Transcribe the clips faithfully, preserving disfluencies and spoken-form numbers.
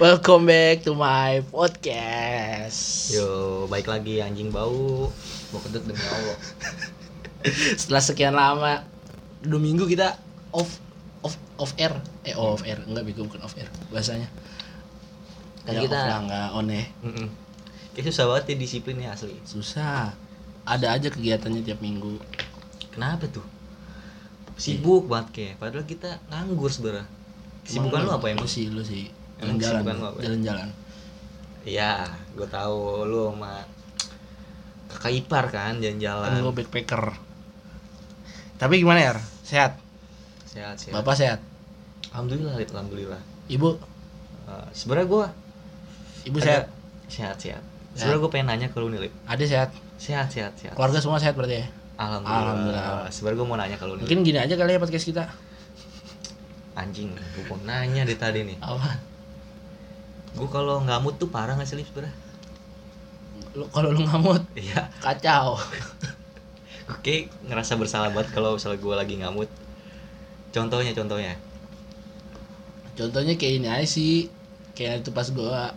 Welcome back to my podcast. Yo, baik lagi anjing bau. Mau kedut demi Allah. Setelah sekian lama, dua minggu kita off off off air, eh off air, enggak bego bukan off air bahasanya. Kan Ya, kita off lah, enggak on ya. Mm-mm. Kayak susah banget ya disiplinnya asli. Susah. Ada aja kegiatannya tiap minggu. Kenapa tuh? Sibuk banget kayak. Padahal kita nganggur sebenarnya. Kesibukan lu apa emang? Lu sih, lu sih. Emang Jalan-jalan, kesibukan lu apa? jalan-jalan. Iya, gue tahu lu sama kakak ipar kan Kan jalan-jalan. gue backpacker. Tapi gimana ya? Sehat? Sehat, sehat. Bapak sehat? Alhamdulillah, Lip, alhamdulillah. Ibu? Uh, sebenarnya gue Ibu sehat? sehat, sehat. Sebenarnya gue pengen nanya ke lu nih, Lip. Adik sehat? Sehat, sehat, sehat. Keluarga semua sehat berarti ya? Alhamdulillah. Alhamdulillah. Sebenarnya gue mau nanya ke lu nih. Mungkin gini aja kali ya podcast kita. Anjing, gue mau nanya dari tadi nih. Apa? Gue kalau nggak mood tuh parah nggak sih, Lip, sebenarnya? Lu kalau lu ngamut Iya. kacau. Oke, ngerasa bersalah banget kalau misalnya gue lagi nggak mood. Contohnya, contohnya. Contohnya kayak ini aja sih. Kayak itu pas gua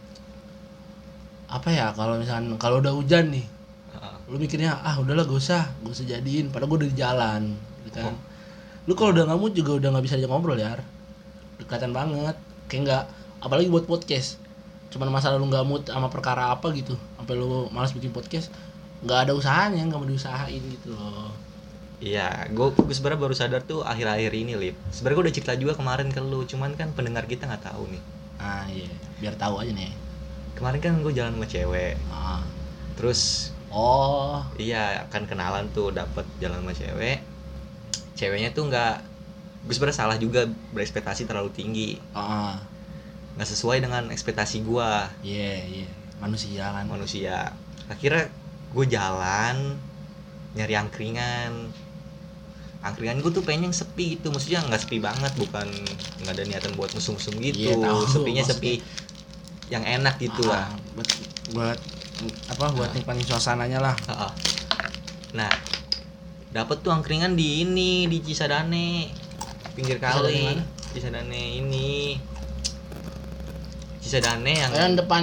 apa ya, kalau misalkan kalau udah hujan nih, Uh, lu mikirnya ah udahlah gak usah, gak usah jadiin. Padahal gua udah di jalan, gitu kan. Oh. Lu kalau udah ngamut juga udah nggak bisa diajak ngobrol ya. Dekatan banget. Kayak nggak, apalagi buat podcast. Cuman masalah lu nggak mood sama perkara apa gitu, sampai lu malas bikin podcast, nggak ada usahanya, nggak mau diusahain gitu loh. Iya, gue gue sebenarnya baru sadar tuh akhir-akhir ini, Lip. Sebenarnya gue udah cerita juga kemarin ke lu, cuman kan pendengar kita nggak tahu nih. Ah iya, biar tahu aja nih. Kemarin kan gue jalan sama cewek, Ah. terus Oh, iya kan kenalan tuh, dapet jalan sama cewek. Ceweknya tuh nggak, gue sebenarnya salah juga berekspektasi terlalu tinggi, ah, nggak sesuai dengan ekspektasi gue iya iya, manusia kan. manusia. Akhirnya gue jalan nyari angkringan. Angkringan gue tuh pengen yang sepi gitu, maksudnya nggak sepi banget, bukan nggak ada niatan buat musuh-musuh gitu. Iya, tahu, Sepinya maksudnya. sepi yang enak gitu lah. Ah, buat buat apa buat Ah. nikmatin suasananya lah. Ha-ha. Nah, dapet tuh angkringan di ini, di Cisadane, pinggir Cisadane kali. mana? Cisadane ini, Cisadane yang Yang depan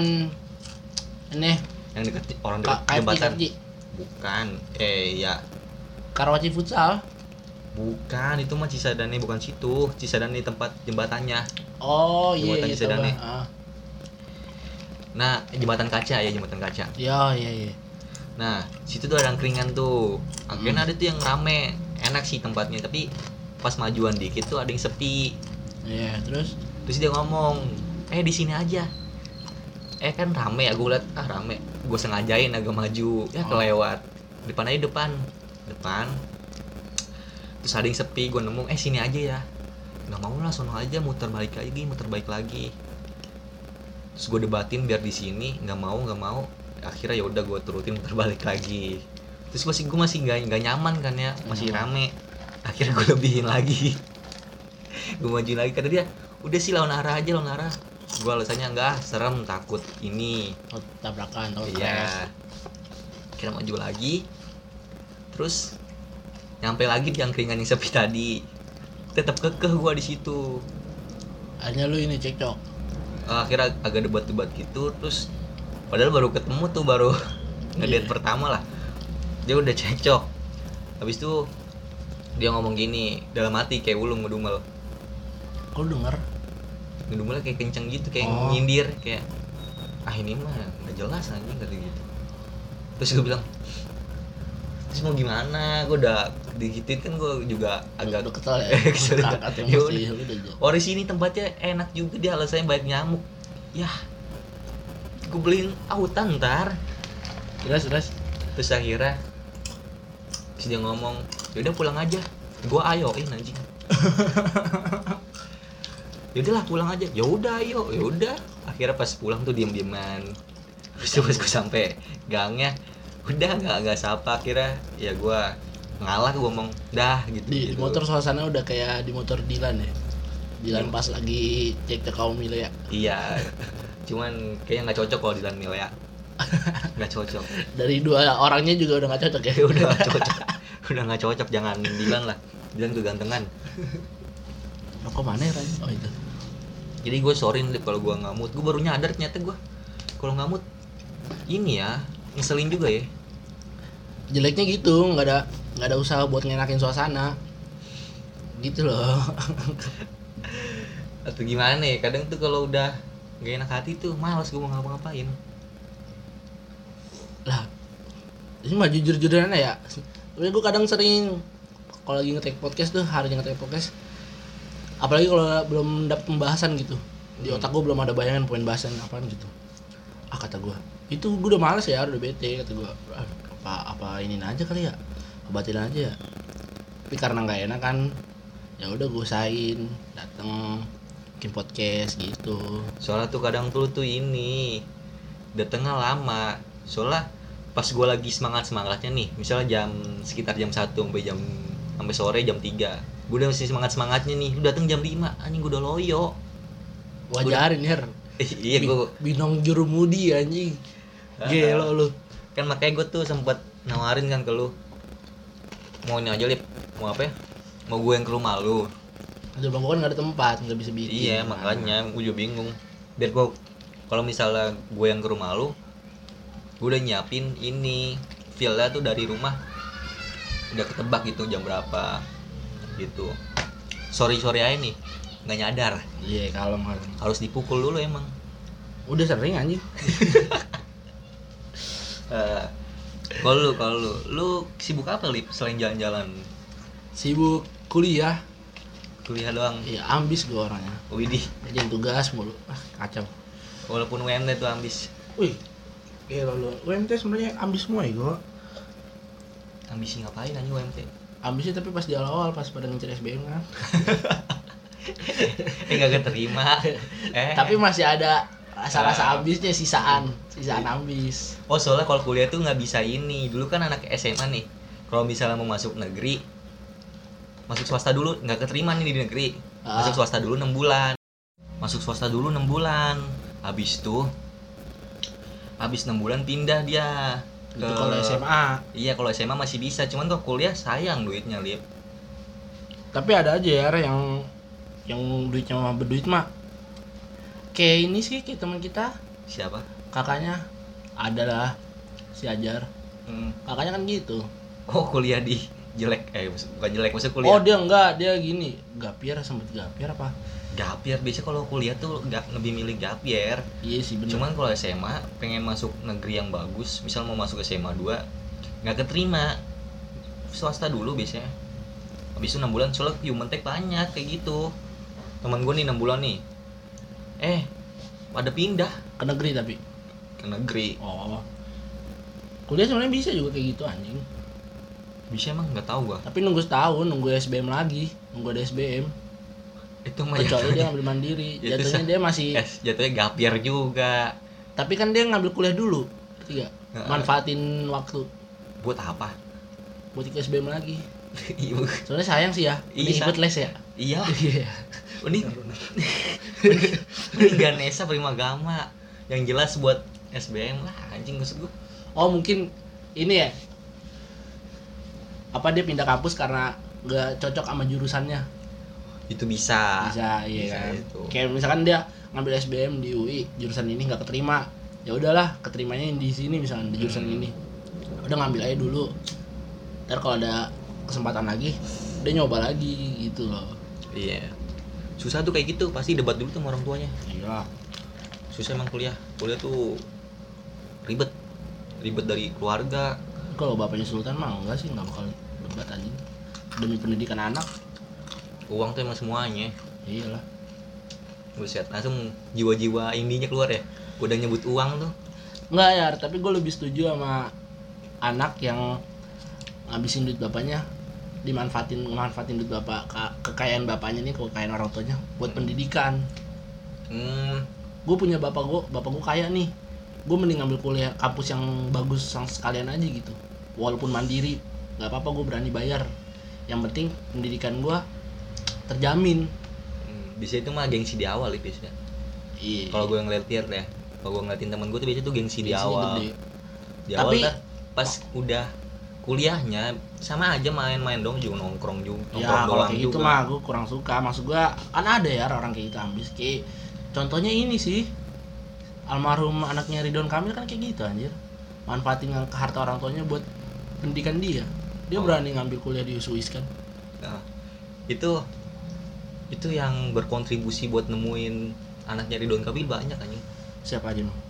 ini yang deket orang Ka- dekat K F C, jembatan. K F C. Bukan, eh ya, Karawaci Futsal. bukan, itu mah Cisadane, bukan situ. Cisadane tempat jembatannya. Oh iya Jembatan iya tahu Cisadane. lah. Ah. Nah, jembatan kaca ya, jembatan kaca. Iya iya iya. Nah, situ tuh ada angkringan tuh. Akhirnya ada tuh yang rame, enak sih tempatnya, tapi pas majuan dikit tuh ada yang sepi. Iya, terus Terus dia ngomong, "Eh, di sini aja." Eh kan rame ya, gue liat ah rame. Gue sengajain agak maju, ya Oh. kelewat. Depan aja depan. Depan. Terus ada yang sepi, gue nemu, "Eh, sini aja ya." Nggak mau lah, sono aja, muter balik lagi, muter balik lagi. Terus gue debatin biar di sini, nggak mau, nggak mau. Akhirnya ya udah gue turutin, muter balik lagi. Terus masih gue masih nggak nggak nyaman kan ya, masih Hmm. rame. Akhirnya gue lebihin lagi. Gue majuin lagi, kata dia, "Udah sih lawan arah aja, lawan arah." Gue alasannya enggak, serem, takut ini. oh, tabrakan atau Iya. Akhirnya maju lagi. Terus nyampe lagi di angkringan yang sepi tadi. Tetap kekeh gue di situ. Akhirnya lu ini cekcok. Uh, akhirnya agak debat-debat gitu. Terus padahal baru ketemu tuh, baru ngedate Iya. pertama lah. Dia udah cekcok. Habis itu dia ngomong gini, dalam hati kayak ulung ngedumel. Kok lu denger? Ngedumel kayak kenceng gitu, kayak Oh. nyindir, kayak ah ini mah nggak jelas anjing, kata gitu. Terus gue bilang, terus mau gimana? Gue udah digituin kan, gue juga agak Udah kesel ya. Kesel. Kakak tuh Ya mesti udah. lu udah jauh. oh di sini tempatnya enak juga, dia alasannya banyak nyamuk. Ya, gue beliin autan ntar. Terus terus Terus akhirnya terus dia ngomong, yaudah pulang aja. Gue ayoin anjing. Yaudahlah pulang aja. Ya udah ayo, ya udah. Akhirnya pas pulang tuh diem-dieman. Terus pas gue sampai gangnya, udah nggak nggak sapa. Akhirnya ya gue ngalah, gue ngomong dah gitu. di, di gitu. motor suasana udah kayak di motor Dilan ya. Dilan Hmm. pas lagi cek ke kaum ya. Iya, cuman kayaknya nggak cocok kalau di Dilan Milea. Nggak cocok. Dari dua orangnya juga udah gak cocok ya. Udah nggak cocok. Udah nggak cocok, jangan Dilan lah. Dilan kegantengan. Rokok mana ya Ray? Oh itu. Jadi gue sorryin Lip kalau gue nggak mood. Gue baru nyadar ternyata gue kalau nggak mood ini ya ngeselin juga ya. Jeleknya gitu, nggak ada nggak ada usaha buat ngenakin suasana gitu loh. Atau gimana ya, kadang tuh kalau udah gak enak hati tuh malas gue mau ngapa-ngapain. Lah ini mah jujur-jujuran ya, tapi gue kadang sering kalau lagi nge-take podcast tuh, hari nge-take podcast, apalagi kalau belum dapet pembahasan gitu di otak gue, belum ada bayangan poin bahasan apaan gitu. Ah kata gue, itu gue udah males ya, udah bete kata gue. Ah, apa apa ini aja kali ya, obatin aja ya. Tapi karena nggak enak kan, ya udah gue usahain dateng bikin podcast gitu. Soalnya tuh kadang tuh tuh ini datangnya lama. Soalnya pas gue lagi semangat semangatnya nih, misalnya jam sekitar jam satu sampai jam sampai sore jam tiga, gue udah masih semangat semangatnya nih, lu datang jam lima, anjing gue udah loyo. Wajarin ya. Iya gue binong jurumudi anjing. Gelo lu. Kan makanya gue tuh sempet nawarin kan ke lu, mau ini aja Lip, mau apa ya, mau gue yang ke rumah lu. Aduh bang, gue kan gak ada tempat, gak bisa bikin. Iya makanya gue juga bingung. Biar gue kalau misalnya gue yang ke rumah lu, gue udah nyiapin ini feel-nya tuh dari rumah udah ketebak gitu jam berapa gitu. Sorry sorry aja nih nggak nyadar. Iya kalem kalem. Harus dipukul dulu emang. Udah sering anjing. uh, kalau lu kalau lu lu sibuk apa Lip selain jalan-jalan? Sibuk kuliah. Kuliah doang. Iya ambis gue orangnya. Widih. Jadi tugas mulu. Ah kacau. Walaupun U M T tuh ambis. Wih. Gila lu. U M T sebenarnya ambis semua ya gue. Ambisi ngapain aja U M T? Ambisnya tapi pas di awal-awal pas pada ngecer S B M kan. eh gak keterima. Eh. Tapi masih ada rasa-rasa ambisnya, sisaan, sisaan ambis. Oh soalnya kalau kuliah tuh nggak bisa ini. Dulu kan anak S M A nih, kalau misalnya mau masuk negeri, masuk swasta dulu nggak keterima nih di negeri. Masuk swasta dulu enam bulan. Masuk swasta dulu enam bulan. Habis tuh, habis enam bulan pindah dia. Itu kalau S M A. Iya kalau S M A masih bisa, cuman kalau kuliah sayang duitnya Lip. Tapi ada aja ya yang yang duitnya mah berduit mah. Kayak ini sih kayak teman kita. Siapa? Kakaknya adalah si Ajar. Hmm. Kakaknya kan gitu. Oh kuliah di jelek, eh bukan jelek maksudnya kuliah. Oh dia enggak, dia gini, gapir sempet gapir apa? Gapir biasanya kalau kuliah tuh nggak lebih milih gapir. Iya sih benar. Cuman kalau S M A pengen masuk negeri yang bagus, misal mau masuk S M A dua nggak keterima, swasta dulu biasanya. Habis itu enam bulan, soalnya human tech banyak kayak gitu. Teman gue nih enam bulan nih, eh pada pindah ke negeri tapi ke negeri. oh kuliah sebenarnya bisa juga kayak gitu anjing. Bisa emang nggak tahu gua. Tapi nunggu setahun, nunggu S B M lagi, nunggu ada S B M. Itu mah kecuali dia ngambil mandiri, jatuhnya dia masih eh, jatuhnya gapir juga. Tapi kan dia ngambil kuliah dulu, ngerti gak? Manfaatin waktu. Buat apa? Buat ikut S B M lagi. Soalnya sayang sih ya, ini ikut les ya. Iya. Iya. Ini ini Ganesha Primagama yang jelas buat S B M lah anjing maksud gua. Oh mungkin ini ya, apa dia pindah kampus karena gak cocok sama jurusannya. Itu bisa. Bisa, iya bisa kan. Itu. Kayak misalkan dia ngambil S B M di U I, jurusan ini nggak keterima, ya udahlah keterimanya di sini misalkan di jurusan hmm. ini. Udah ngambil aja dulu. Ntar kalau ada kesempatan lagi, dia nyoba lagi gitu loh. Iya. Susah tuh kayak gitu, pasti debat dulu sama orang tuanya. Iya. Susah emang kuliah. Kuliah tuh ribet. Ribet dari keluarga. Kalau bapaknya Sultan mah enggak sih, enggak bakal debat aja. Demi pendidikan anak. Uang tuh emang semuanya. Iyalah. Buset, langsung jiwa-jiwa indinya keluar ya. Udah nyebut uang tuh. Enggak ya, tapi gue lebih setuju sama anak yang ngabisin duit bapaknya, dimanfaatin manfaatin duit bapak, kekayaan bapaknya nih, kekayaan orang tuanya buat pendidikan. Hmm. Gue punya bapak gue, bapak gue kaya nih. Gue mending ngambil kuliah kampus yang bagus yang sekalian aja gitu. Walaupun mandiri, nggak apa-apa, gue berani bayar. Yang penting pendidikan gue terjamin. Hmm, bisa itu mah gengsi di awal itu biasanya. Iya. Kalau gue ngeliat-liat ya, kalau gue ngeliatin temen gue tuh biasanya tuh gengsi di Gengsinya awal. gede. Di Tapi, awal kan pas oh. udah kuliahnya sama aja main-main dong juga nongkrong juga. Ya kalau kayak gitu mah gue kurang suka. Maksud gue kan ada ya orang kayak gitu ambis, kayak contohnya ini sih, almarhum anaknya Ridwan Kamil kan kayak gitu anjir, manfaatin ke harta orang tuanya buat pendidikan dia. Dia Oh. berani ngambil kuliah di U S I kan. Nah, itu itu yang berkontribusi buat nemuin anaknya Ridwan Kamil banyak anjing. Siapa aja noh?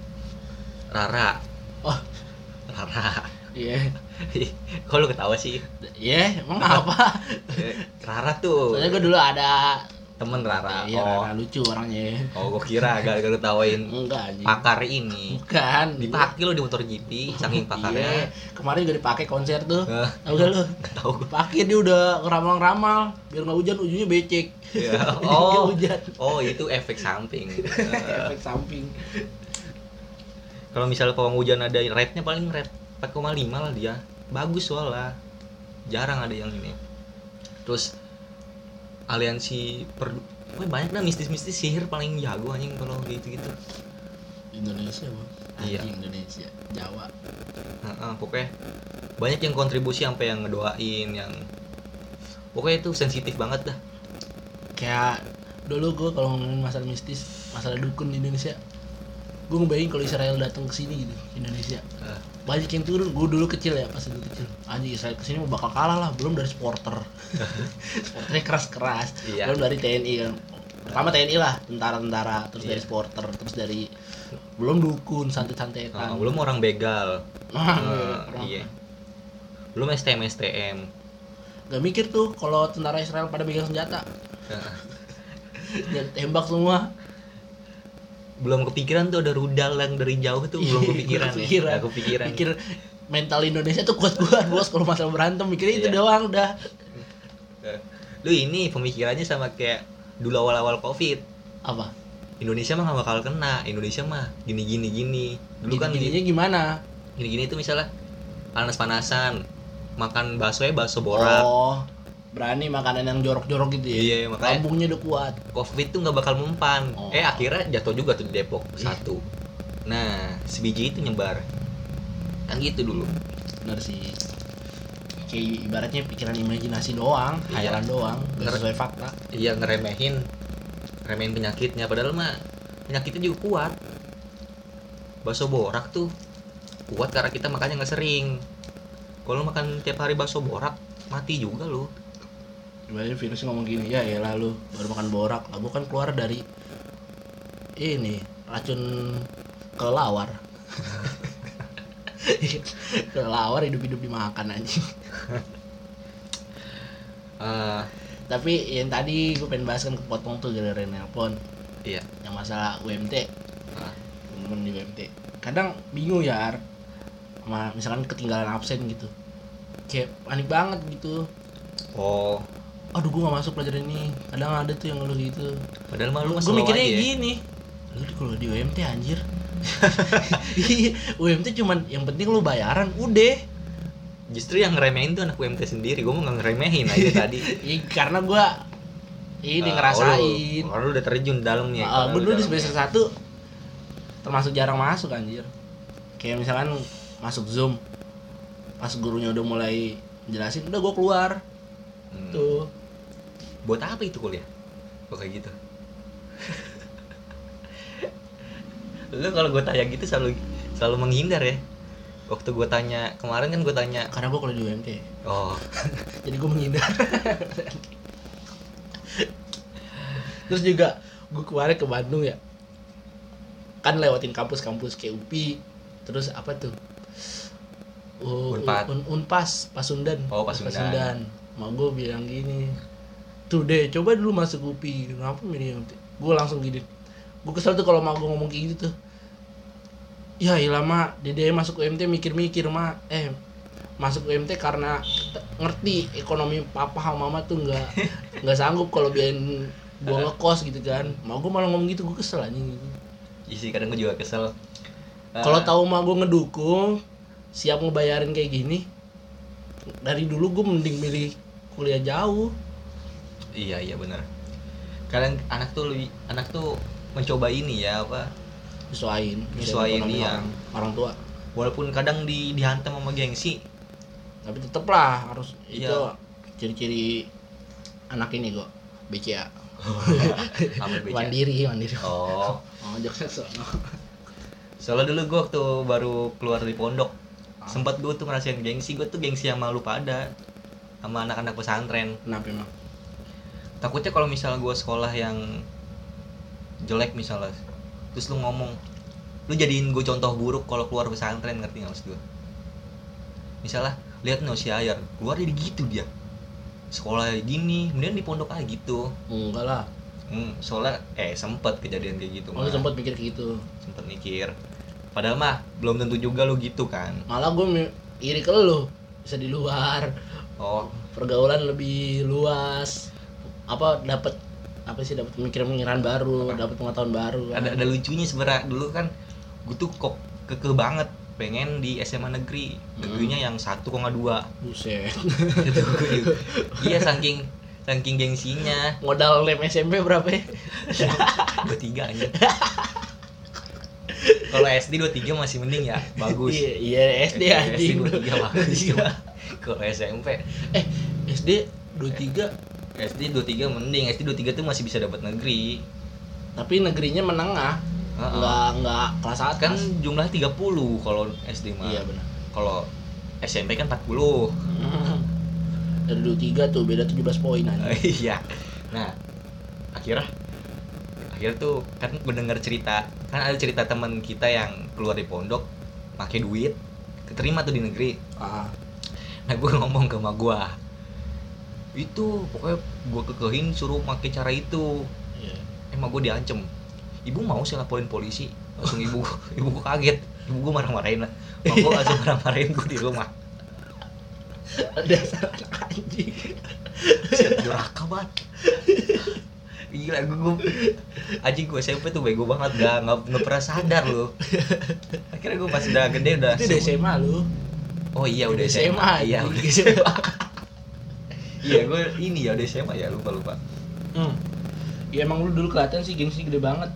Rara. Oh Rara. iya. Kok lu ketawa sih? Iya, emang apa? Eh, Rara tuh Soalnya gue dulu ada temen Rara. iya, Oh, Rara lucu orangnya. oh gue kira agak agak ketawain Enggak anjing. pakar ini. Bukan. Dipakai lo di motor G P saking Iya. pakarnya. Kemarin juga dipakai konser tuh. Eh, Tahu gak lu? tahu gue. Pakai dia udah ngeramal-ngeramal biar nggak hujan, ujungnya becek. Ya. Ujungnya Oh. hujan. Oh, itu efek samping. Eh, Efek samping. Kalau misalnya pawang hujan ada rate-nya paling rate empat koma lima lah dia. Bagus soalnya. Jarang ada yang ini. Terus aliansi per Wah, banyak dah mistis-mistis sihir paling jago anjing kalau gitu-gitu. Indonesia, Bang. Iya. Anjing Indonesia, Jawa. Heeh, pokoknya banyak yang kontribusi sampai yang ngedoain yang pokoknya itu sensitif banget dah. Kayak dulu gue kalau ngomongin masalah mistis, masalah dukun di Indonesia, gue ngebayangin kalau Israel datang ke sini gitu, Indonesia. Eh, Banyak yang turun, gue dulu kecil ya, pas dulu kecil. Anjing Israel kesini mau bakal kalah lah, belum dari supporter. Supporternya keras-keras. Iya. Belum dari T N I kan. Pertama T N I lah, tentara-tentara, terus Iya. dari supporter, terus dari belum dukun, santet-santetan. oh, belum orang begal. Nah, Eh, orang- iya. Belum S T M S T M. Gak mikir tuh kalau tentara Israel pada megang senjata, Heeh. dan tembak semua. Belum kepikiran tuh ada rudal yang dari jauh tuh belum kepikiran, Belum kepikiran. ya. Gak kepikiran. Mikir mental Indonesia tuh kuat-kuat bos kalau masalah berantem, mikirnya itu Iya. doang udah. Eh, Lu ini pemikirannya sama kayak dulu awal-awal Covid. Apa? Indonesia mah gak bakal kena. Indonesia mah gini-gini gini. Dulu kan Gini-gininya gimana? gini-gini tuh misalnya panas-panasan, makan bakso ya bakso borak. Oh, berani makanan yang jorok-jorok gitu ya. Iya, makanya Lambungnya udah kuat. Covid tuh nggak bakal mempan. Oh. Eh akhirnya jatuh juga tuh di Depok satu. Nah, sebiji itu nyebar. Kan gitu dulu. Bener sih. Kayak ibaratnya pikiran imajinasi doang, Iya. hayalan doang, nggak Nger- sesuai fakta. Iya ngeremehin, remehin penyakitnya. Padahal mah penyakitnya juga kuat. Bakso borak tuh kuat karena kita makannya nggak sering. Kalau makan tiap hari bakso borak mati juga lu. Ibaratnya virusnya ngomong gini, ya elah lu baru makan borak, lah gua kan keluar dari ini racun kelelawar. Kelelawar hidup-hidup dimakan anjing. Eh, Tapi yang tadi gue pengen bahas kan kepotong tuh gara-gara nelpon iya. yang masalah U M T, Ah, temen di U M T. Kadang bingung ya, Ar, sama misalkan ketinggalan absen gitu. Kayak panik banget gitu. Oh, Aduh gue gak masuk pelajaran ini. Kadang ada tuh yang ngeluh gitu. padahal mah lu mah Gue slow mikirnya aja ya. gini, lu di- kalau di U M T anjir. Iya, U M T cuman yang penting lu bayaran udah. Justru yang ngeremehin tuh anak U M T sendiri. Gue mau nggak ngeremehin aja tadi. Iya, karena gue ini Ah, ngerasain. Oh, lu, oh, lu udah terjun dalamnya. Uh, Kalau gue lu dulu di dalam. semester satu termasuk jarang masuk anjir. Kayak misalkan masuk Zoom, pas gurunya udah mulai jelasin, udah gue keluar. Hmm. Tuh. Buat apa itu kuliah? Kok kayak gitu? Lu kalau gue tanya gitu selalu selalu menghindar ya. Waktu gue tanya kemarin kan gue tanya, Karena gue kalau di U M T, oh jadi gue menghindar. Terus juga gue kemarin ke Bandung ya, kan lewatin kampus-kampus kayak U P I, terus apa tuh? U- Unpad. Un- Unpas, Pasundan. Oh, Pasundan. Mau gue bilang gini, tuh deh coba dulu masuk U P I, kenapa milih U M T? Gue langsung gini, gue kesel tuh kalau mau gue ngomong kayak gitu tuh. Ya ilah mak, dede masuk U M T mikir-mikir mak, eh masuk U M T karena t- ngerti ekonomi papa sama mama tuh nggak nggak sanggup kalau biarin gue ngekos gitu kan. Mau gue malah ngomong gitu, gue kesel anjing gitu. isi kadang gue juga kesel. Kalau Eh, tahu mah gue ngedukung, siap ngebayarin kayak gini, dari dulu gue mending milih kuliah jauh. iya iya benar. Kadang anak tuh lebih- anak tuh mencoba ini ya apa? Nyesuain, Nyesuain, ekonomi iya. orang, orang tua. Walaupun kadang di dihantam sama gengsi. Tapi tetep lah harus Iya. itu ciri-ciri anak ini kok B C A. Ambil beca. Mandiri, mandiri. Oh, Oh, jokesnya sono. soalnya dulu gue waktu baru keluar dari pondok, sempat gue tuh ngerasain gengsi. Gue tuh gengsi sama lu pada, sama anak-anak pesantren. Kenapa emang? Takutnya kalau misal gue sekolah yang jelek misalnya, terus lu ngomong, lu jadiin gue contoh buruk kalau keluar pesantren, ngerti nggak maksud gue? Misalnya lihat no si Ayar keluar jadi gitu dia, sekolah gini, kemudian di pondok aja gitu. Enggak lah. Hmm, soalnya eh sempet kejadian kayak gitu. Oh, lu sempat mikir kayak gitu. Sempet mikir. Padahal mah belum tentu juga lu gitu kan. Malah gue mi- iri ke lu, bisa di luar. Oh, Pergaulan lebih luas. Apa dapat apa sih dapat pemikiran-pemikiran baru, dapat pengetahuan baru. Kan? ada ada lucunya sebenarnya. Dulu kan gue tuh kok kekeh banget pengen di S M A negeri. Negerinya yang satu koma dua. Buset. Gitu gue juga. Iya, saking saking gengsinya. Modal lem S M P berapa ya? dua tiga aja. Kalau S D dua tiga masih mending ya, bagus. Iya, iya S D anjing. dua tiga bagus. Iya. Kalau S M P Eh, S D dua tiga S D dua tiga mending, S D dua tiga tuh masih bisa dapat negeri. tapi negerinya menengah. Heeh. Enggak enggak kelas atas. Kan jumlah tiga puluh kalau S D mah. Iya benar. Kalau S M P kan empat puluh. Dari dua tiga tuh beda tujuh belas poin aja. Iya. Nah, akhirnya akhirnya tuh kan gue denger cerita, kan ada cerita teman kita yang keluar di pondok pakai duit keterima tuh di negeri. Ah. Nah, gue ngomong ke emak gue, itu pokoknya gue kekehin suruh pakai cara itu. Iya. Emang gue diancem, ibu mau sih laporin polisi. Langsung ibu ibu gue kaget, ibu gue marah-marahin lah. Mak gue langsung marah-marahin gue di rumah. Dasar anak anjing. Durhaka banget. Gila, gue anjing, gue S M P tuh bego banget, gak, gak, gak pernah sadar loh. Akhirnya gue pas udah gede udah Itu udah S M A lu. Oh iya udah S S M M A. A. Iya udah S M A. Iya gue ini ya udah S M A ya, lupa lupa. Hmm. Ya emang lu dulu kelihatan sih gengsi gede banget.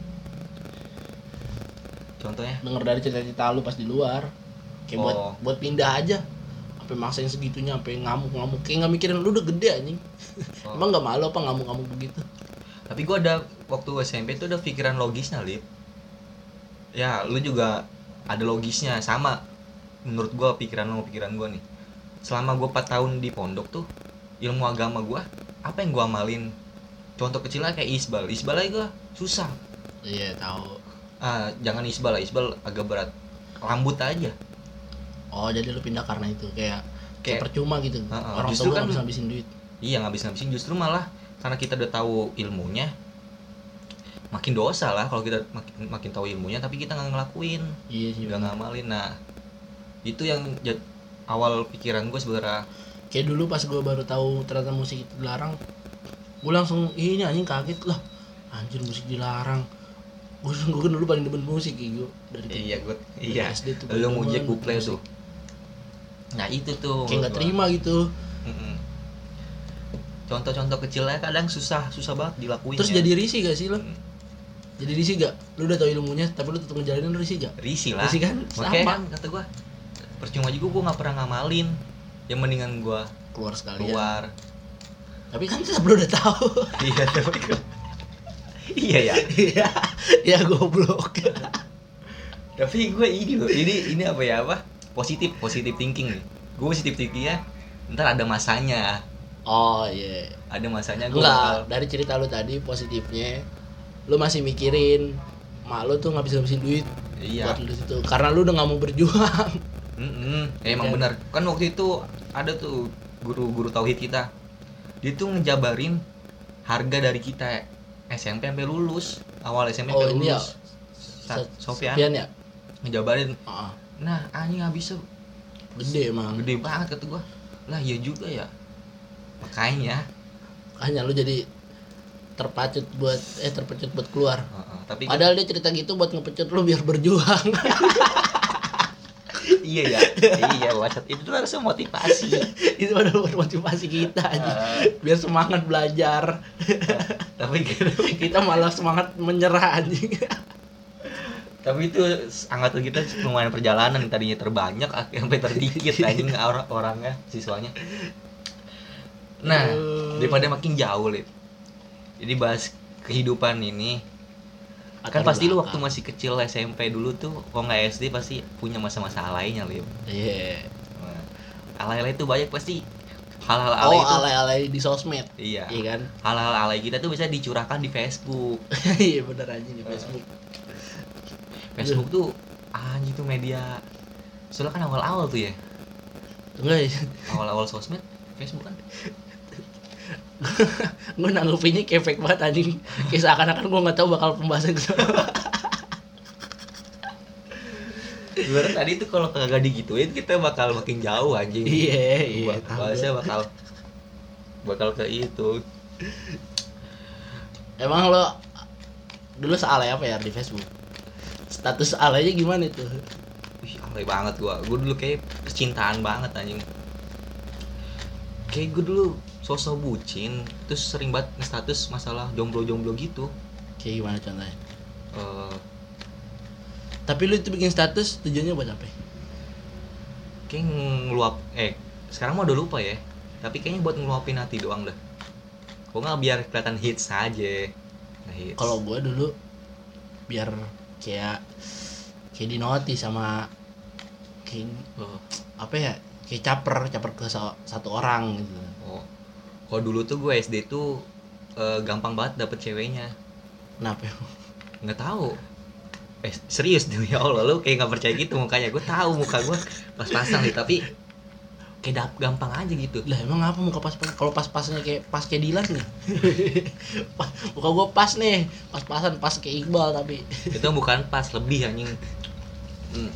Contohnya? Denger dari cerita-cerita lu pas di luar. Kayak buat Oh. buat pindah aja. Sampai maksain segitunya, sampai ngamuk-ngamuk. Kayak enggak mikirin lu udah gede anjing. Oh. Emang enggak malu apa ngamuk-ngamuk begitu? Tapi gue ada waktu S M P tuh ada pikiran logisnya, Lip. Ya lu juga ada logisnya sama. Menurut gue pikiran lu pikiran gue nih. Selama gue empat tahun di pondok tuh, ilmu agama gue apa yang gue amalin. Contoh kecilnya kayak isbal. Isbal aja gue susah. Iya, tahu. Ah, jangan isbal lah, isbal agak berat. Rambut aja. Oh, jadi lu pindah karena itu kayak kayak Kayak- percuma gitu. Uh-uh. Orang Justru tua kan- kan bisa habisin duit. Iya, ngabis-ngabisin, justru malah karena kita udah tahu ilmunya, makin dosa lah kalau kita makin makin tahu ilmunya tapi kita nggak ngelakuin, Iya sih. nggak bener. ngamalin. Nah, itu yang jad- awal pikiran gue sebenarnya. Kayak dulu pas gue baru tahu ternyata musik itu dilarang, gue langsung "Ih, ini anjing kaget lah, anjir musik dilarang. Gue gue kan dulu paling demen musik gitu dari Iya, gue dari iya. S D tuh Lu paling ngujek demen buple musik. tuh. Nah, itu tuh. Kayak nggak gua. terima gitu. Mm-mm. Contoh-contoh kecilnya kadang susah, susah banget dilakuin. Terus ya. jadi risih gak sih lo? Mm. Jadi risih gak? Lu udah tahu ilmunya tapi lu tetap ngejalanin, lu risih gak? Risih lah. Risih kan? Makanya Sama. kan kata gue, percuma juga gue nggak pernah ngamalin. Yang mendingan gue Keluar sekalian. keluar. Tapi kan tetap lu udah tahu. Iya, tapi kan- iya ya. Iya. Ya goblok. Tapi gue ini loh, ini ini apa ya apa? Positif, positif thinking nih. Gue positif thinkingnya, ntar ada masanya, Oh iya. ada masanya gue Enggak, bakal. dari cerita lu tadi positifnya lu masih mikirin mak lu tuh ngabis-ngabisin duit Iya. buat lu itu karena lu udah gak mau berjuang. Mm-mm. Eh, emang Kan? benar. Kan waktu itu ada tuh guru-guru tauhid kita. Dia tuh ngejabarin harga dari kita S M P sampai lulus, awal S M P Oh, sampai ini ya, lulus. Sa- Sofyan Sofian ya? ngejabarin. Heeh. Nah, anjing habisnya Gede emang. gede banget kata gua. Lah iya juga ya. Makanya Makanya lu jadi terpacut buat eh terpecut buat keluar. Heeh, tapi Padahal dia cerita gitu buat ngepecut lu biar berjuang. iya ya. Iya, WhatsApp itu tuh harusnya motivasi. Itu padahal buat motivasi kita aja. Biar semangat belajar. Tapi Kita malah semangat menyerah anjing. tapi itu angkatan kita lumayan perjalanan, tadinya terbanyak sampai terdikit anjing orang orangnya siswanya. Nah, Aduh. daripada makin jauh, Lip. Jadi bahas kehidupan ini. Latar Kan pasti lu belakang. waktu masih kecil S M P dulu tuh, kalau nggak S D pasti punya masa-masa alaynya, Lim. Iya. Nah, alay-alay itu banyak pasti. Hal-hal Oh, alay itu. alay-alay di sosmed. Iya. Iya kan? Hal-hal alay kita tuh bisa dicurahkan di Facebook. Iya bener aja di Facebook. Facebook tuh anjing tuh media. Soalnya kan awal-awal tuh ya. Enggak ya. Awal-awal sosmed Facebook kan. Gue nanggepinnya kayak fake banget anjing. Kayak seakan-akan gue nggak tahu bakal pembahasan ke Sebenarnya tadi tuh kalau kagak digituin kita bakal makin jauh anjing. Iya, iya. Ba- Bahasnya bakal bakal ke itu. Emang lo dulu sealay apa ya di Facebook? Status alaynya gimana tuh? Wih, alay banget gua. Gua dulu kayak percintaan banget anjing. Kayak gua dulu sosok bucin, terus sering banget nge-status masalah jomblo-jomblo gitu. Kayak gimana contohnya? Eh, Tapi lu itu bikin status tujuannya buat apa? kayak ngeluap eh sekarang mah udah lupa ya. Tapi kayaknya buat ngeluapin hati doang dah. Kok nggak biar kelihatan hits aja. Nah, hits. Kalau gue dulu biar kayak kayak di notice sama kayak Oh, apa ya? Kayak caper, caper ke sa- satu orang gitu. oh. Kalau dulu tuh gue S D tuh eh, gampang banget dapet ceweknya. Kenapa? Nggak tahu. Eh serius demi Allah lu kayak nggak percaya gitu mukanya. Gue tahu muka gue pas-pasan nih tapi kayak dap- gampang aja gitu. Lah emang apa muka pas-pas? Kalau pas-pasnya kayak pas kayak Dilan nih. Pa- muka gue pas nih, pas-pasan pas kayak Iqbal tapi. Itu bukan pas, lebih anjing. Hmm.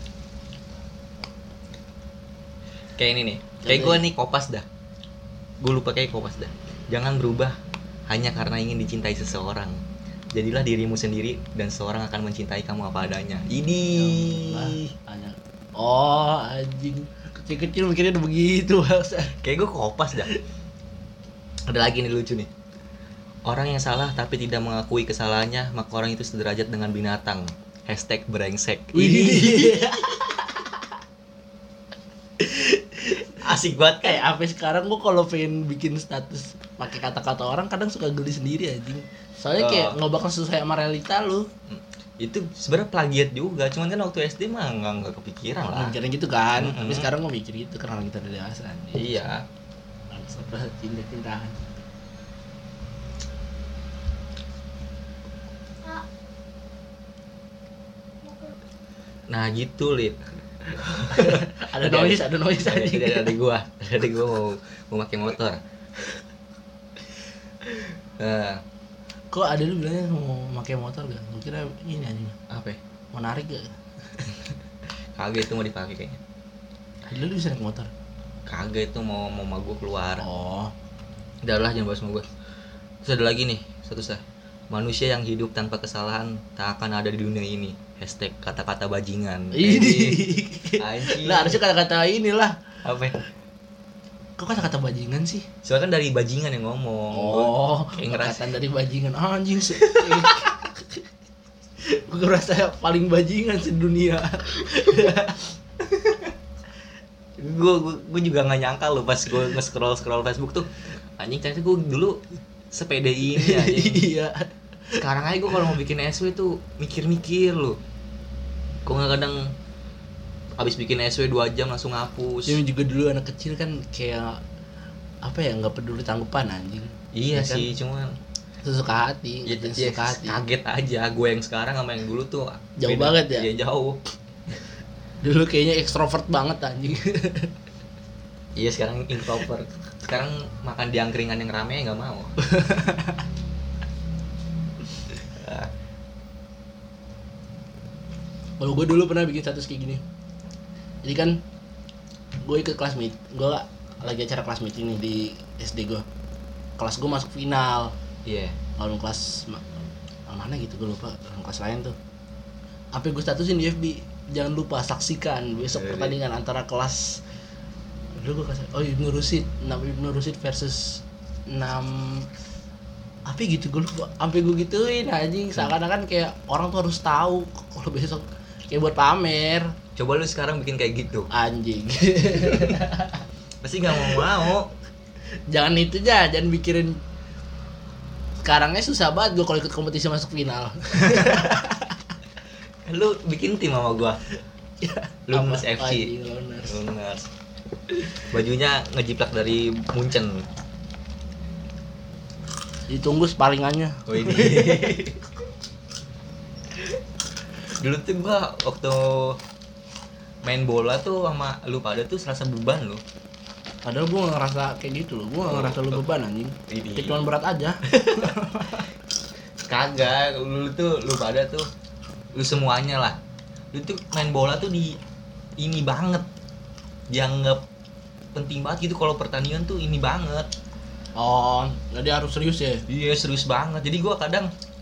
Kayak ini nih. Kayak gue nih kopas dah. Gue lupa kayak kopas dah. Jangan berubah hanya karena ingin dicintai seseorang. Jadilah dirimu sendiri dan seseorang akan mencintai kamu apa adanya. Ini. Lah, tanya. Oh, anjing. Kecil-kecil mikirnya udah begitu, Bangsa. Kayak gue kopas dah. Ada lagi nih lucu nih. Orang yang salah tapi tidak mengakui kesalahannya, maka orang itu sederajat dengan binatang. Hashtag brengsek. Wih. Asik banget kan? Eh, sampai sekarang gua kalau pengen bikin status pakai kata-kata orang kadang suka geli sendiri anjing. Soalnya kayak Oh. nggak bakal sesuai sama realita lu. Itu sebenarnya plagiat juga, cuman kan waktu S D mah nggak nggak kepikiran lah. Mikirnya gitu kan. Mm-mm. Tapi sekarang gua mikir gitu karena kita udah dewasa anjing. Iya. Langsung cinta-cintaan. Nah gitu Lid. Ada noise, ada noise Ada anjing. ada ada gua, ada gua mau mau pakai motor. Nah, Kok ada lu bilangnya mau pakai motor gak? Gua kira ini anjing. apa? Ya? Mau narik gak? Kagak itu mau dipakai kayaknya. Ada lu bisa naik motor. Kagak itu mau mau sama gua keluar. Oh. Udah lah jangan bahas sama gua. Terus ada lagi nih, satu sah. Manusia yang hidup tanpa kesalahan tak akan ada di dunia ini. Hashtag kata-kata bajingan. Ini. Anjing. Lah harusnya kata-kata inilah. Apa? Ya? Kok kata-kata bajingan sih? Soalnya kan dari bajingan yang ngomong. Oh, kayak ngerasa perkataan dari bajingan. Anjing sih. Gue ngerasa paling bajingan sedunia. gue gue juga nggak nyangka loh pas gue nge-scroll scroll Facebook tuh anjing ternyata gue dulu sepede ini anjing. Iya. Sekarang aja gue kalau mau bikin S W tuh mikir-mikir loh. Kok nggak kadang abis bikin S W dua jam langsung hapus. Dia juga dulu anak kecil kan kayak apa ya, nggak peduli tanggapan anjing. Iya Ya kan? sih, cuman Sesuka hati, ya, ya, ya, sesuka hati. kaget aja gue yang sekarang sama yang dulu tuh Jauh banget ya? Iya jauh. Dulu kayaknya ekstrovert banget anjing. Iya sekarang introvert. Sekarang makan di angkringan yang rame nggak mau. Kalau gue dulu pernah bikin status kayak gini. Jadi kan gue ikut kelas meet, gue lagi acara kelas meeting nih di S D gue. Kelas gue masuk final. Iya. Lawan kelas ma- mana gitu gue lupa, lawan kelas lain tuh. Apa gue statusin di F B, jangan lupa saksikan besok Jadi. pertandingan antara kelas dulu gue kelas oh Ibnu Rushid, enam Ibnu Rushid versus enam apa gitu gue lupa. Sampai gue gituin anjing, seakan-akan kayak orang tuh harus tahu kalau besok kayak buat pamer Coba lu sekarang bikin kayak gitu. anjing. Pasti nggak mau mau. Jangan itu aja, jangan mikirin Sekarangnya susah banget gue kalau ikut kompetisi masuk final. Lu bikin tim sama gua. Luners F C. Luners. Luners. Bajunya ngejiplak dari Munchen. Ditunggu sparingannya. Oh ini. Dulu tuh gua waktu main bola tuh sama lu pada tuh serasa beban lu. Padahal gue gak ngerasa kayak gitu loh. Gue gak ngerasa lu beban anjing. Kayak cuman berat aja. Kagak, lu tuh lu pada tuh lu semuanya lah. Lu tuh main bola tuh di ini banget. Dianggap penting banget gitu kalau pertandingan tuh ini banget. Oh, jadi harus serius ya? Iya, serius banget. Jadi gua kadang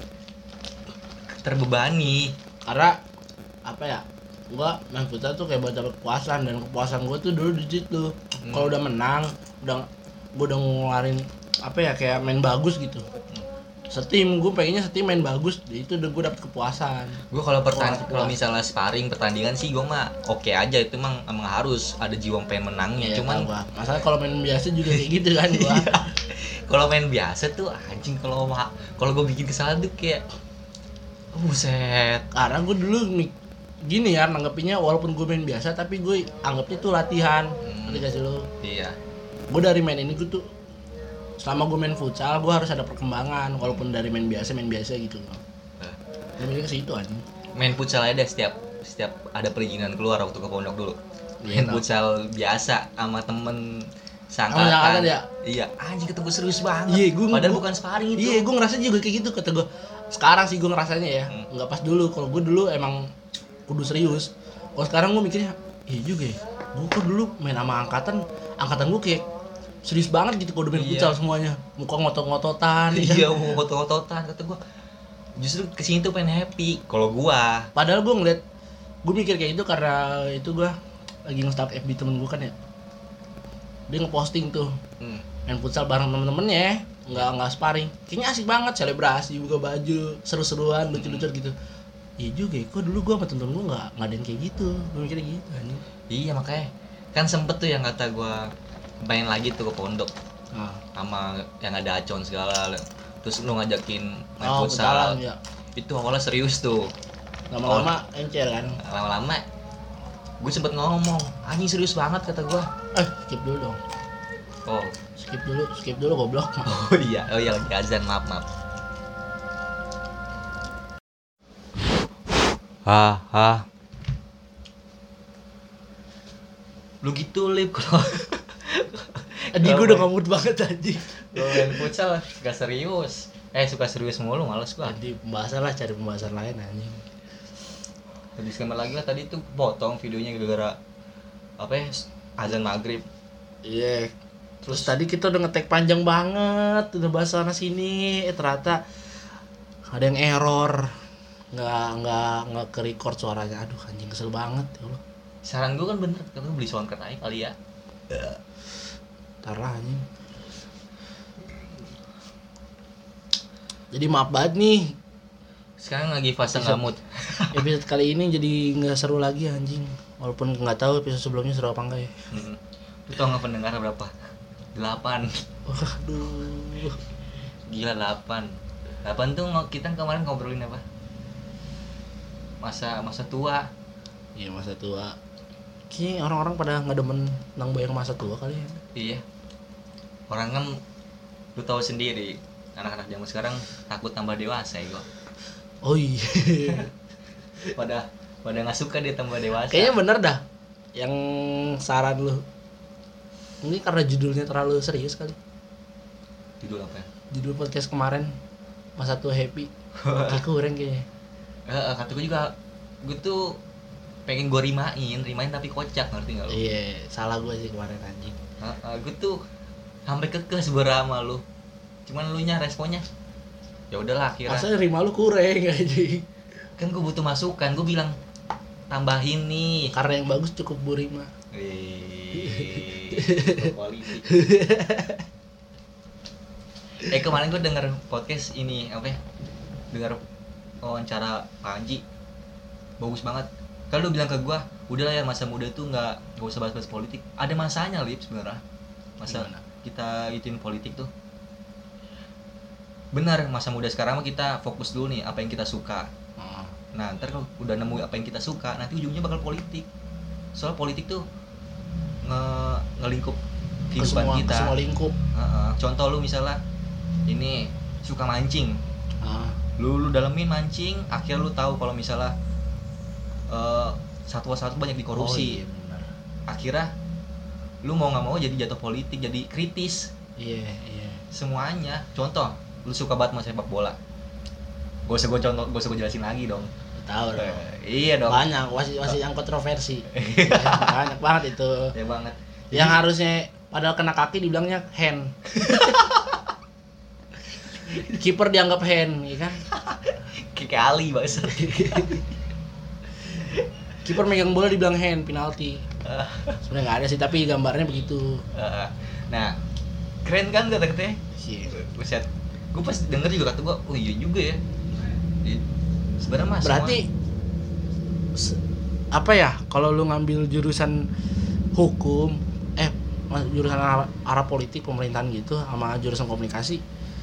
terbebani karena apa ya? Gua main futsal tuh kayak buat dapet kepuasan, dan kepuasan gua tuh dulu di situ. Hmm. Kalau udah menang, udah gua udah ngeluarin apa ya, kayak main bagus gitu. Setim, gue pengennya setim main bagus, itu udah gue dapet kepuasan. Gue kalau pertandingan, kalau misalnya sparring pertandingan sih gue mah oke okay aja, itu emang emang harus ada jiwa pengen menangnya. Iya, cuman masalah kalau main biasa juga kayak gitu kan gue. Kalau main biasa tuh anjing, kalau kalau gue bikin kesalahan tuh kayak buset. Karena gue dulu gini ya nanggepinnya, walaupun gue main biasa tapi gue anggapnya tuh latihan. Hmm. Ngerti gak sih lo? Iya. Gue dari main ini gue tuh, selama gue main futsal gue harus ada perkembangan, walaupun dari main biasa main biasa gitu. Nah, gue mikir ke situ aja. Main futsal aja deh, setiap setiap ada perizinan keluar waktu ke pondok dulu. Iya, main futsal biasa sama temen sangkatan. Ya? Iya, anjing ketemu serius banget. Iya, gua, padahal gua, bukan sparring itu. Iya, gue ngerasa juga kayak gitu kata gue. Sekarang sih gue ngerasanya ya, hmm. nggak pas dulu. Kalau gue dulu emang kudu serius. Kalau sekarang gue mikirnya, iya juga ya. Gue kok dulu main sama angkatan, angkatan gue kayak serius banget gitu kalau udah main iya. futsal semuanya. Muka ngotot-ngototan. Iya, mau ngotot-ngototan. Kata gue, justru kesini tuh pengen happy. Kalau gue, padahal gue ngeliat, gue mikir kayak gitu karena itu gue lagi nge-stalk F B temen gue kan ya. Dia ngeposting tuh hmm. main futsal bareng temen-temennya, nggak nggak sparring. Kayaknya asik banget, selebrasi, buka baju, seru-seruan, lucu-lucu gitu. Iya juga ya, kok dulu gue sama temen-temen gue nggak ngadain kayak gitu. Gue mikirnya gitu kan. Iya makanya, kan sempet tuh yang kata gue main lagi tuh ke pondok ah. sama yang ada acon segala, terus lu ngajakin main oh, futsal ya. Itu awalnya serius tuh, lama-lama encer kan, lama-lama gue sempet ngomong anjing serius banget kata gue. Eh skip dulu dong. Oh skip dulu skip dulu goblok. Oh iya oh iya lagi azan, maaf maaf. Ha ha. Lu gitu lip kalau Adi gue udah ngamut banget tadi. Kalau main futsal gak serius. Eh suka serius mulu, males gua. Jadi pembahasan lah, cari pembahasan lain anjing. Habis kamar lagi lah, tadi tuh potong videonya gara-gara apa ya, azan maghrib. Iya. Yeah. Terus tadi kita udah nge-tag panjang banget, udah bahas sana sini, eh ternyata ada yang error. Nggak nggak nggak ke-record suaranya. Aduh anjing, kesel banget ya Allah. Saran gue kan bener, kan beli soundcard aja kali ya. Tarah anjing. Jadi maaf banget nih. Sekarang lagi fase nggak mood. Episode kali ini jadi nggak seru lagi anjing. Walaupun nggak tahu episode sebelumnya seru apa enggak ya. Hmm. Lu tau nggak pendengar berapa? Delapan. Waduh. Gila delapan. Delapan tuh kita kemarin ngobrolin apa? Masa masa tua. Iya masa tua. Kayaknya orang-orang pada nggak demen tentang bayang masa tua kali ya. Iya. Orang kan lu tahu sendiri, anak-anak zaman sekarang takut tambah dewasa ya kok. Oh iya. pada pada nggak suka dia tambah dewasa. Kayaknya bener dah. Yang saran lu. Ini karena judulnya terlalu serius kali. Judul apa ya? Judul podcast kemarin masa tua happy. Kayak kurang kayaknya. Eh, kata gue juga, gue tuh pengen gue rimain, rimain tapi kocak, ngerti nggak lu? Iya, salah gue sih kemarin anjing. Uh, uh, gue tuh sampai kekeh sebenernya sama lu, cuman lu nya responnya ya udahlah akhirnya. Masa rima lu kurang aja. Kan gue butuh masukan, gue bilang tambahin nih. Karena yang bagus cukup Bu Rima. Quality. Eh kemarin gue denger podcast ini apa ya? Dengar wawancara Panji, bagus banget. Kalau lu bilang ke gue, udahlah ya masa muda tuh nggak nggak usah bahas-bahas politik. Ada masanya lip sebenarnya. Masa gimana? Kita ituin politik tuh. benar, masa muda sekarang mah kita fokus dulu nih apa yang kita suka. Ah. Nah ntar kalau udah nemu apa yang kita suka, nanti ujungnya bakal politik. Soal politik tuh nge ngelingkup Ke kehidupan semua, kita. ke semua lingkup. Heeh. Contoh lu misalnya ini suka mancing, Ah. lu lu dalemin mancing, akhirnya lu tahu kalau misalnya uh, satwa-satwa banyak dikorupsi. Oh, iya benar. Akhirnya lu mau nggak mau jadi jatuh politik, jadi kritis Iya, iya. semuanya. Contoh, lu suka banget sama sepak bola. Gak usah gue contoh, gak usah gue jelasin lagi dong. Tahu dong. Eh, iya dong. Banyak wasit wasit yang kontroversi. Ya, banyak banget itu. Ya banget. Yang harusnya padahal kena kaki dibilangnya hand. Kiper dianggap hand, ya kan? Kayak kali banget. Kiper megang bola dibilang hand, penalti. Sebenarnya nggak ada sih, tapi gambarnya begitu. Nah, keren kan kata-katanya? Iya. Buset. Gue pas denger juga kata gue, oh iya juga ya. Sebenarnya mas. Berarti se- apa ya? Kalau lu ngambil jurusan hukum, eh jurusan arah, arah politik pemerintahan gitu, sama jurusan komunikasi,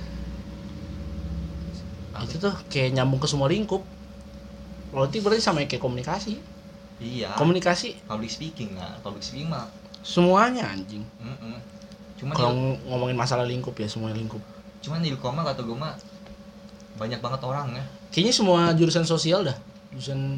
Apa? itu tuh kayak nyambung ke semua lingkup. Politik berarti sama kayak komunikasi. Iya. Komunikasi Public speaking lah, public speaking mah. semuanya anjing. Mm-mm. Cuman Kalau di, ngomongin masalah lingkup ya semua lingkup. cuman di Ilkoma kata gue mah banyak banget orang ya. Kayaknya semua jurusan sosial dah. Jurusan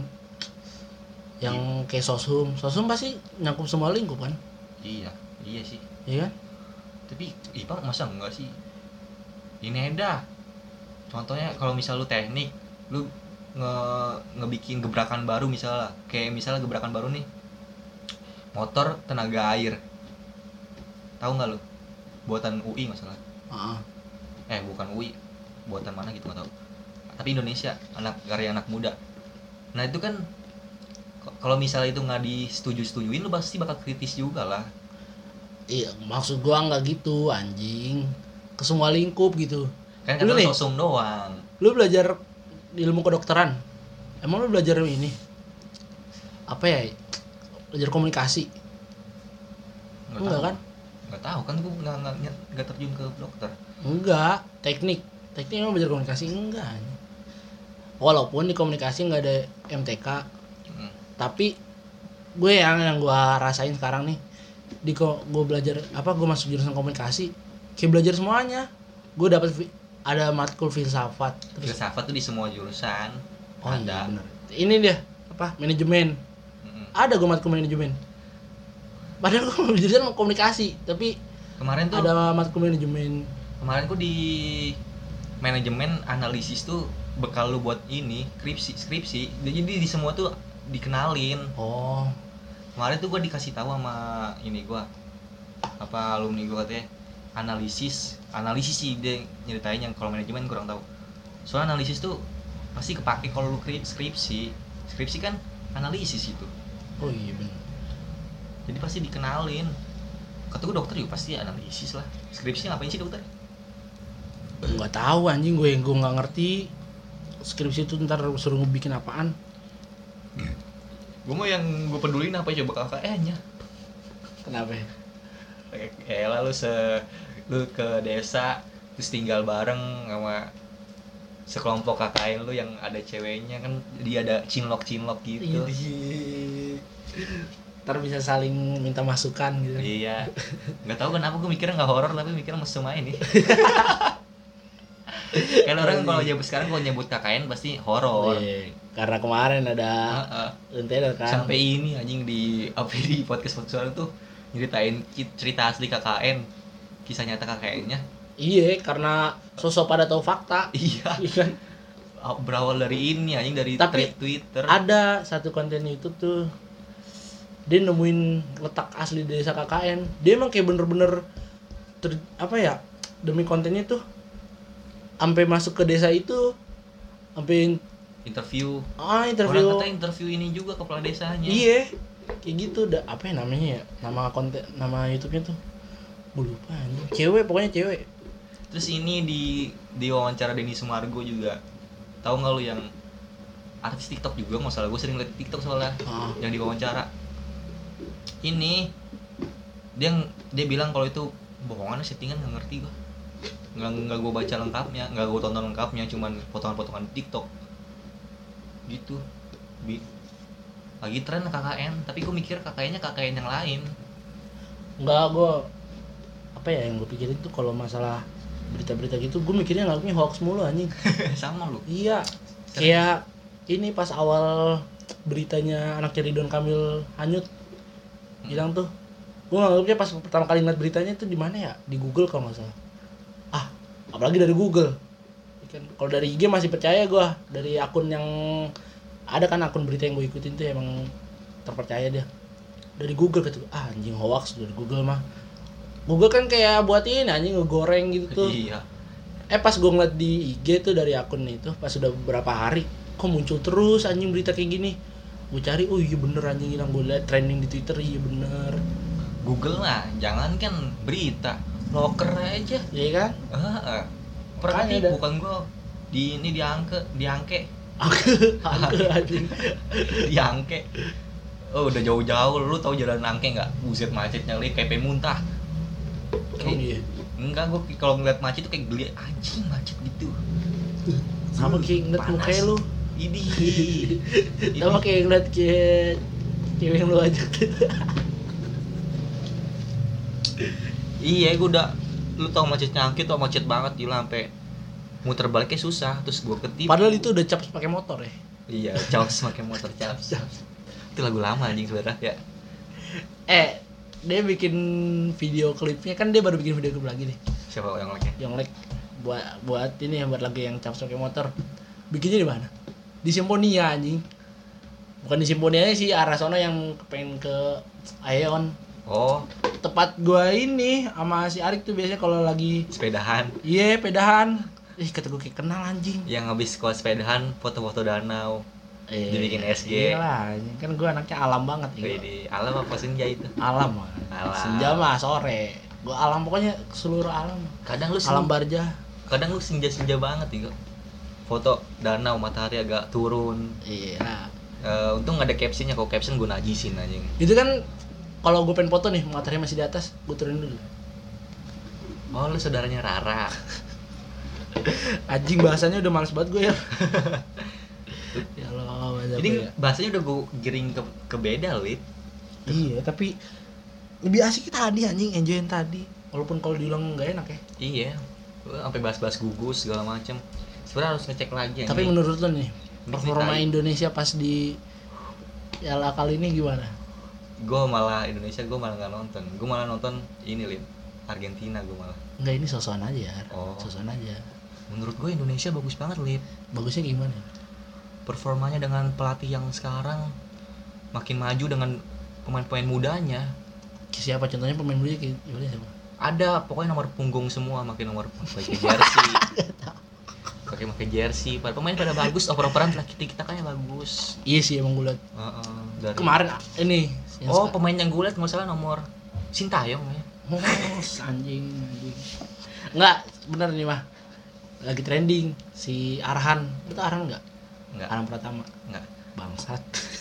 yang kayak soshum, soshum pasti nyangkup semua lingkup kan? Iya, iya sih. Iya kan? Tapi I P A masa enggak sih? Ini dah. Contohnya kalau misal lu teknik, lu nge ngebikin gebrakan baru misalnya, kayak misalnya gebrakan baru nih. Motor tenaga air. Tahu nggak lu? Buatan U I masalah. Heeh. Eh, bukan U I. Buatan mana gitu nggak tahu. Tapi Indonesia, anak karya anak muda. Nah, itu kan k- kalau misalnya itu nggak disetujui-setujuin lu pasti bakal kritis juga lah. Iya, maksud gua nggak gitu anjing. Ke semua lingkup gitu. Kan Lu kata nih. sosum doang. Lu belajar ilmu kedokteran. Emang lu belajar ini? Apa ya? Belajar komunikasi. Nggak Enggak tahu. kan? Nggak tahu kan gue nggak nggak nggak terjun ke dokter. Enggak, teknik. Teknik emang belajar komunikasi enggak. Walaupun di komunikasi nggak ada M T K, Hmm. tapi gue yang yang gue rasain sekarang nih di ko- gue belajar apa gue masuk jurusan komunikasi kayak belajar semuanya. Gue dapat fi- ada matkul filsafat terus Filsafat tuh di semua jurusan oh iya ada. benar ini dia apa manajemen Mm-mm. ada gue matkul manajemen padahal gue jurusan komunikasi tapi Kemarin tuh ada matkul manajemen. kemarin gue di manajemen analisis tuh bekal lu buat ini skripsi skripsi jadi di semua tuh dikenalin. Oh Kemarin tuh gue dikasih tahu sama ini gue apa alumni gue katanya analisis analisis sih dia nyeritain, yang kalau manajemen kurang tahu. Soal analisis tuh pasti kepake kalau lu kri- skripsi skripsi kan analisis itu, oh iya benar. jadi pasti dikenalin. Kata gue dokter juga pasti analisis lah. Skripsi ngapain sih dokter? Nggak tahu anjing gue gue nggak ngerti skripsi itu ntar suruh bikin apaan. Gue mau yang gue pedulin apa coba K K N nya. Kenapa? Eh lah lu se lu ke desa terus tinggal bareng sama sekelompok K K N lu yang ada ceweknya kan, dia ada cinlok-cinlok gitu. Ntar bisa saling minta masukan gitu. Iya. Nggak tahu kenapa gue mikirnya nggak horor tapi mikirnya mesum aja nih. Kan orang kalau nyebut sekarang kalau nyebut K K N pasti horor. Iya, karena kemarin ada Heeh. rentenir kan. Sampai ini anjing di apa di podcast podcast tuh nyeritain cerita asli K K N, kisah nyata K K N-nya. Iya, karena sosok pada tahu fakta. Iya. Iya kan? Berawal dari ini anjing, dari Tapi thread Twitter. Ada satu konten YouTube tuh dia nemuin letak asli desa K K N. Dia emang kayak bener-bener ter, apa ya? Demi kontennya tuh sampai masuk ke desa itu sampai Interview. ah interview. Orang kata interview ini juga kepala desanya. Iya. Kayak gitu dah apa ya namanya ya? Nama konten nama YouTube-nya tuh. Gue lupa anjing. Cewek pokoknya cewek. Terus ini di di wawancara Denny Sumargo juga. Tahu nggak lu yang artis TikTok juga, nggak salah gue sering liat TikTok soalnya. Ah. Yang diwawancara. Ini dia dia bilang kalau itu bohongan settingan, nggak ngerti gue. nggak nggak gue baca lengkapnya, nggak gue tonton lengkapnya, cuman potongan-potongan TikTok gitu. Bi- lagi tren K K N, tapi gue mikir K K N-nya K K N yang lain. Enggak, gue apa ya yang gue pikirin tuh kalau masalah berita-berita gitu, gue mikirnya nganggapnya hoax mulu anjing. Sama lu. Iya, kayak ini pas awal beritanya anaknya Ridwan Kamil hanyut, bilang tuh, gue nganggapnya pas pertama kali ngeliat beritanya itu di mana ya, di Google kalau nggak salah. Ah, apalagi dari Google. Kan kalau dari I G masih percaya gue, dari akun yang ada kan akun berita yang gue ikutin tuh emang terpercaya dia. Dari Google gitu, ah anjing hoax dari Google mah. Google kan kayak buat ini anjing ngegoreng gitu tuh. Iya. Eh pas gue ngeliat di I G tuh dari akun itu, pas udah beberapa hari, kok muncul terus anjing berita kayak gini. Gue cari, oh iya bener anjing, yang gue liat trending di Twitter, iya bener. Google lah, jangan kan berita, loker aja. Iya kan? Heeh. Perhati Makanya bukan gue di ini diangke, diangke, Angke, angke anjing. diangke. Oh udah jauh-jauh, lu tahu jalan Angke nggak? Buset macetnya li kayak pengen muntah. Emang iya? Enggak, gue kalau ngeliat macet tuh kayak geli, anjing macet gitu. Sama kayak ngeliat Panas. mukanya lu. Ini. Sama kayak ngeliat kayak cewek yang lu ajak tuh. Iya, gue udah, lu tau macetnya Angke tuh macet banget, gila sampai muter baliknya susah, terus gue ketipu. Padahal itu udah caps pakai motor ya. Iya, caps pakai motor caps. Itu lagu lama anjing sebenarnya ya. Eh, dia bikin video klipnya kan, dia baru bikin video klip lagi nih. Siapa yang lagi? Yonglek buat buat ini ya, buat lagu yang caps pakai motor. Bikinnya di mana? Di Simfonia anjing. Bukan di Simfonia sih, arah sono yang pengen ke Aeon. Oh, Tepat gua ini sama si Arik tuh biasanya kalau lagi sepedahan. iya pedahan. Ih, kata gue kayak kenal anjing. Yang habis kuat sepedahan, foto-foto danau. Eh, Dibikin S G. Iyalah, kan gue anaknya alam banget Wih, ya. di alam apa senja itu? Alam mah. Alam. Senja mah sore. Gue alam, pokoknya seluruh alam. Kadang lu sen- Alam Barja. kadang lu senja-senja banget ya. Foto danau, matahari agak turun. Iya. Eh, untung ada captionnya, kalau caption gue najisin anjing. Itu kan kalau gue pengen foto nih, matahari masih di atas, gue turunin dulu. Oh, lu saudaranya Rara. Anjing bahasanya udah males banget gue ya. Ya Allah, bahasa Jadi gue ya. bahasanya udah gue giring ke ke beda, Lip. Iya, tapi lebih asik tadi anjing, enjoy yang tadi. Walaupun kalau diulang enggak enak ya. Iya. Lu sampai bahas-bahas gugus segala macam. Sebenarnya harus ngecek lagi Tapi anjing. menurut lo nih, Ini performa tai. Indonesia pas di Piala kali ini gimana? Gue malah Indonesia gue malah nggak nonton. Gue malah nonton ini, Lip. Argentina gue malah. Enggak, ini sosokan aja ya. Oh. Sosokan aja. Menurut gue Indonesia bagus banget, Lip. Bagusnya gimana? Performanya dengan pelatih yang sekarang makin maju dengan pemain-pemain mudanya. Siapa contohnya pemain muda kayak gimana siapa? Ada pokoknya nomor punggung semua, makin nomor pakai jersey. Pakai pakai jersey, pada pemain pada bagus, oper-operan pelatih kita kayaknya bagus. Iya sih emang gue liat. Heeh, dari Kemarin ini yang Oh, suka- pemain yang gue liat nggak salah nomor Sintayong ya. Oh, anjing anjing. Enggak, bener nih mah. Lagi trending si Arhan. Betul Arhan enggak? Enggak. Arhan Pratama. Enggak. Bangsat.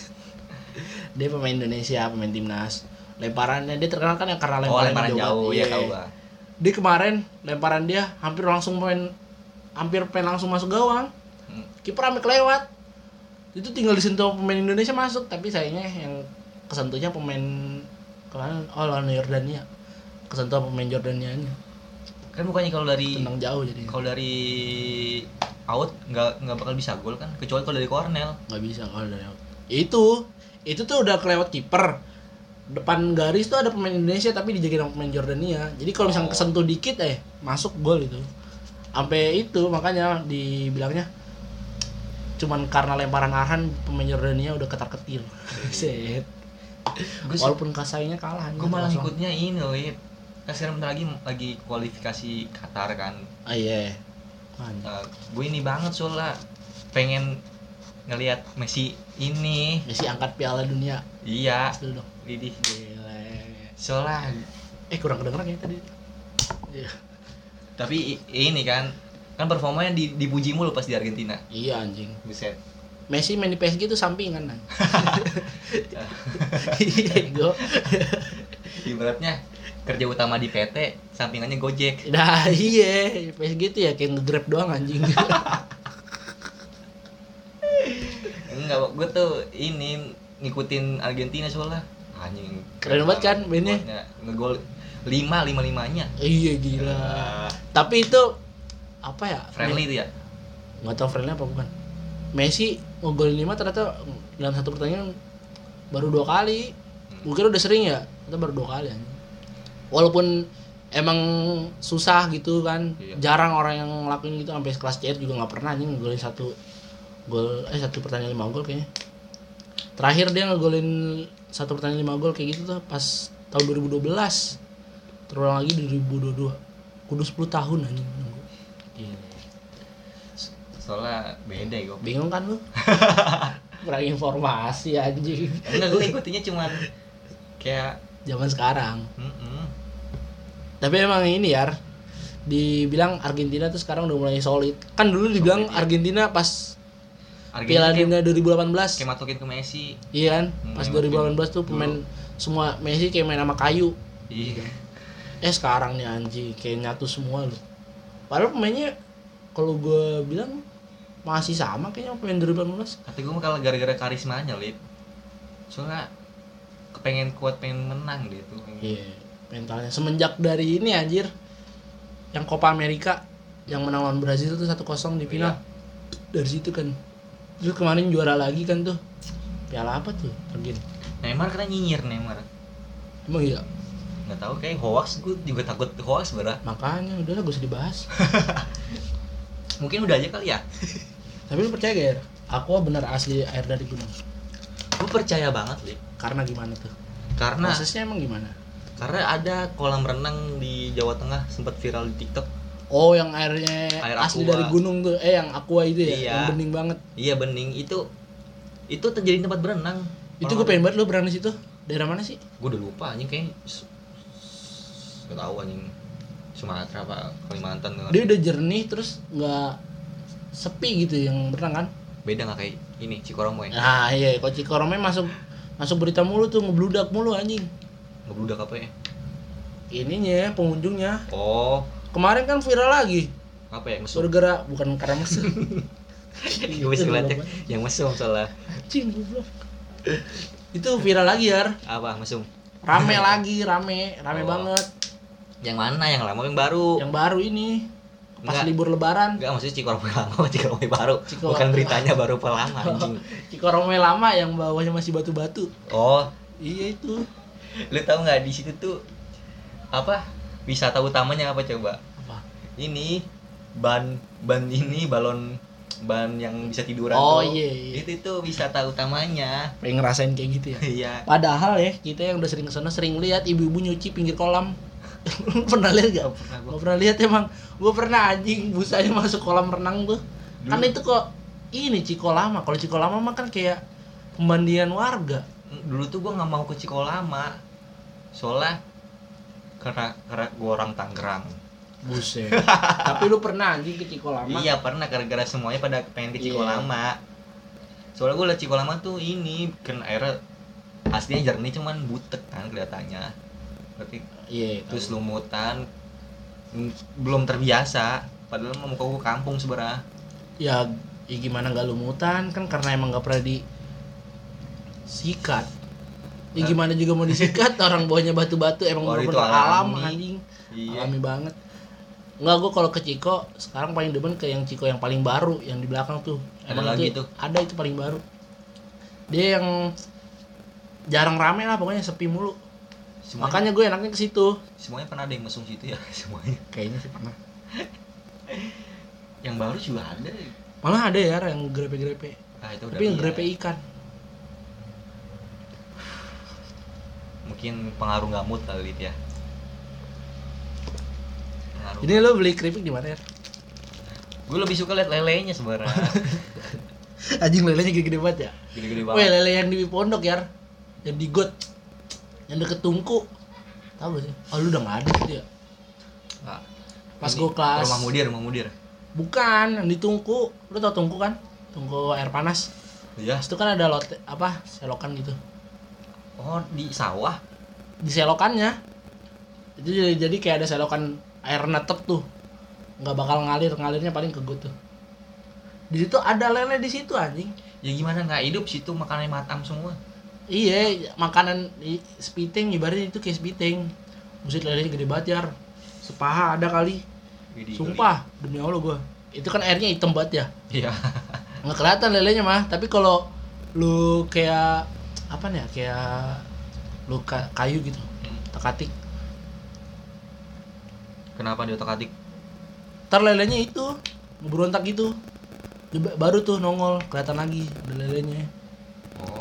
Dia pemain Indonesia, pemain timnas. Lemparannya dia terkenal kan yang karena Oh, lemparan lemparan jauh banget. ya Iya. tahu gua. Dia kemarin lemparan dia hampir langsung main hampir pengen langsung masuk gawang. Hmm. Kiper sampai kelewat. Itu tinggal disentuh pemain Indonesia masuk, tapi sayangnya yang kesentuhnya pemain kemarin oh lawan Yordania. Kesentuh pemain Jordanianya. Kan bukannya kalau dari Tendang jauh jadi. kalau dari out nggak nggak bakal bisa gol kan, kecuali kalau dari corner. Nggak bisa kalau dari itu itu tuh udah kelewat kiper. Depan garis tuh ada pemain Indonesia tapi dijagain sama pemain Jordania. Jadi kalau misalnya Oh. kesentuh dikit eh masuk gol itu. Sampai itu makanya dibilangnya cuman karena lemparan Arhan pemain Jordania udah ketar-ketir. Set. Gua sih- Walaupun kasainya kalah Gue malah kosong. ikutnya ini loh, Lip. Kan sekarang bentar lagi lagi kualifikasi Qatar kan. Ah iya. Anjing. Uh, gue ini banget soalnya pengen ngelihat Messi ini. Messi angkat Piala Dunia. Iya. Dulu dong. Widih. Gile. Soalnya Eh kurang kedengeran ya tadi. Iya. tapi i- ini kan kan performanya di, dipuji mulu pas di Argentina. Iya anjing. Buset. Messi main di P S G itu sampingan kan. Iya, gue. Ibaratnya kerja utama di P T, sampingannya Gojek. Nah iya, P S G itu ya kayak nge-grab doang anjing. Enggak, gue tuh ini ngikutin Argentina soalnya. Anjing. Keren banget kan mainnya? Ngegol lima lima limanya. Iya gila. Uh, Tapi itu apa ya? friendly itu ya? Nggak tahu friendly apa bukan. Messi ngegolin lima ternyata dalam satu pertandingan baru dua kali. Hmm. Mungkin udah sering ya, ternyata baru dua kali anjing. Walaupun emang susah gitu kan, iya. Jarang orang yang ngelakuin gitu sampai kelas C R juga nggak pernah anjing ngegolin satu gol eh satu pertandingan lima gol kayaknya. Terakhir dia ngegolin satu pertandingan lima gol kayak gitu tuh pas tahun dua ribu dua belas. Terulang lagi dua ribu dua puluh dua. Kudu sepuluh tahun anjing nunggu. Gila. Soalnya beda ya, bingung kan lu? Kurang informasi anjing. Enggak, gue ikutinya cuman kayak zaman sekarang. Mm-mm. Tapi emang ini ya, dibilang Argentina tuh sekarang udah mulai solid. Kan dulu dibilang solid, ya. Argentina pas Piala Dunia dua ribu delapan belas kayak masukin ke Messi. Iya kan? Pas hmm, dua ribu delapan belas tuh pemain dulu. Semua Messi kayak main sama kayu. Iya. Eh sekarang nih anjing kayak nyatu semua loh. Padahal pemainnya kalau gue bilang masih sama kayaknya pemain dua ribu delapan belas. Kata gue kalau gara-gara karismanya, Lip. Soalnya kepengen kuat, pengen menang dia tuh. Iya, yeah, mentalnya semenjak dari ini anjir. Yang Copa America yang menang lawan Brazil tuh satu kosong di final. Iya. Dari situ kan. Terus kemarin juara lagi kan tuh. Piala apa tuh? Argin. Neymar kena nyinyir Neymar. Emang iya? Nggak tahu, kayak hoax, gue juga takut hoax bener. Makanya udahlah gak usah dibahas. Mungkin udah aja kali ya. Tapi lu percaya gak ya? Aqua benar asli air dari gunung? Gue percaya banget, Lip. Karena gimana tuh? Karena prosesnya emang gimana? Karena ada kolam renang di Jawa Tengah sempat viral di TikTok. Oh, yang airnya air asli aqua. Dari gunung tuh. Eh, yang aqua itu ya, iya. Yang bening banget. Iya, bening. Itu itu terjadi tempat berenang. Itu gue pengen banget lu berenang di situ. Daerah mana sih? Gue udah lupa anjing, kayak enggak tahu anjing. Sumatera apa Kalimantan. Dia udah jernih terus enggak sepi gitu yang berenang kan? Beda enggak kayak ini Cikoromoy. Nah, iya, kalau Cikoromoy masuk masuk berita mulu tuh, ngebludak mulu anjing. Ngebludak apa ya? Ininya, pengunjungnya. Oh. Kemarin kan viral lagi. Apa ya? Mesum. Gara-gara bukan karena mesum. Gue bisa ngeliatnya yang mesum salah. Anjing goblok. Itu viral lagi ya. Apa mesum? Rame lagi, rame, rame oh. banget. Yang mana? Yang lama yang baru? Yang baru ini. Pas enggak, libur lebaran. Enggak, maksudnya Cikoromoy lama, Cikoromoy baru. Cikoromoy. Bukan beritanya baru apa lama anjing. Cikoromoy lama yang bawahnya masih batu-batu. Oh, iya itu. Lu tahu enggak di situ tuh apa? Wisata utamanya apa coba? Apa? Ini ban ban ini balon ban yang bisa tiduran oh, tuh. iya, iya. Itu tuh wisata utamanya. Pengen ngerasain kayak gitu ya. Iya. Padahal ya kita yang udah sering kesana sering lihat ibu-ibu nyuci pinggir kolam. Pernah lihat gak? Pernah, gua. Gak pernah lihat emang. Gue pernah anjing busanya masuk kolam renang tuh. Dulu. Kan itu kok ini Cikolama. Kalau Cikolama mah kan kayak pemandian warga. Dulu tuh gue nggak mau ke Cikolama. Soalnya karena karena gue orang Tangerang. Buset. Tapi lu pernah anjing ke Cikolama? Iya pernah, gara-gara semuanya pada pengen ke Cikolama. Yeah. Soalnya gue liat Cikolama tuh ini kan airnya aslinya jernih cuman butek kan kelihatannya. Berarti yeah, terus tahu. Lumutan belum terbiasa. Padahal mau ke kampung sebenarnya. Ya, ya gimana nggak lumutan kan karena emang nggak pernah disikat. Ya gimana juga mau disikat orang bawahnya batu-batu emang oh, bener-bener alam anjing. Iya. Alami banget. Enggak, gue kalau ke Ciko sekarang paling demen ke yang Ciko yang paling baru yang di belakang tuh. Emang ada lagi itu, tuh. Ada itu paling baru. Dia yang jarang rame lah pokoknya sepi mulu. Semuanya, makanya gue enaknya ke situ. Semuanya pernah ada yang mesum situ ya, semuanya. Kayaknya sih pernah. Yang baru juga ada. Malah ada ya yang grepe-grepe. Ah, itu tapi yang grepe ikan. Mungkin pengaruh gamut kali ya. Pengaruh. Ini lo beli keripik di mana ya? Gue lebih suka liat lelenya sebenarnya. Anjing lelenya gede-gede banget ya. Gede-gede banget. Weh, lele yang di pondok ya. Yang di got. Yang deket Tungku. Tahu gak sih? Oh lu udah enggak ada gitu ya? Nah, pas gue kelas rumah mudir, rumah mudir. Bukan, yang di Tungku. Lu tau Tungku kan? Tungku air panas. Iya. Itu kan ada lote apa? Selokan gitu. Oh, di sawah. Di selokannya. Itu jadi, jadi kayak ada selokan air netep tuh, nggak bakal ngalir, ngalirnya paling ke got tuh. Di situ ada lele di situ anjing. Ya gimana nggak hidup situ, makanannya matang semua. Iya, makanan i- spitting ibaratnya itu kayak spitting. Buset lelenya gede banget jar. Sepaha ada kali. Widih, Sumpah, demi Allah gua. Itu kan airnya hitam banget ya. geli. Iya. Nggak kelihatan lelenya mah, tapi kalau lu kayak apa nih ya, kayak lu ka- kayu gitu, tekatik. Kenapa dia otak-atik? Ntar lelenya itu berontak gitu. Dia baru tuh nongol, kelihatan lagi ada lelenya. Oh.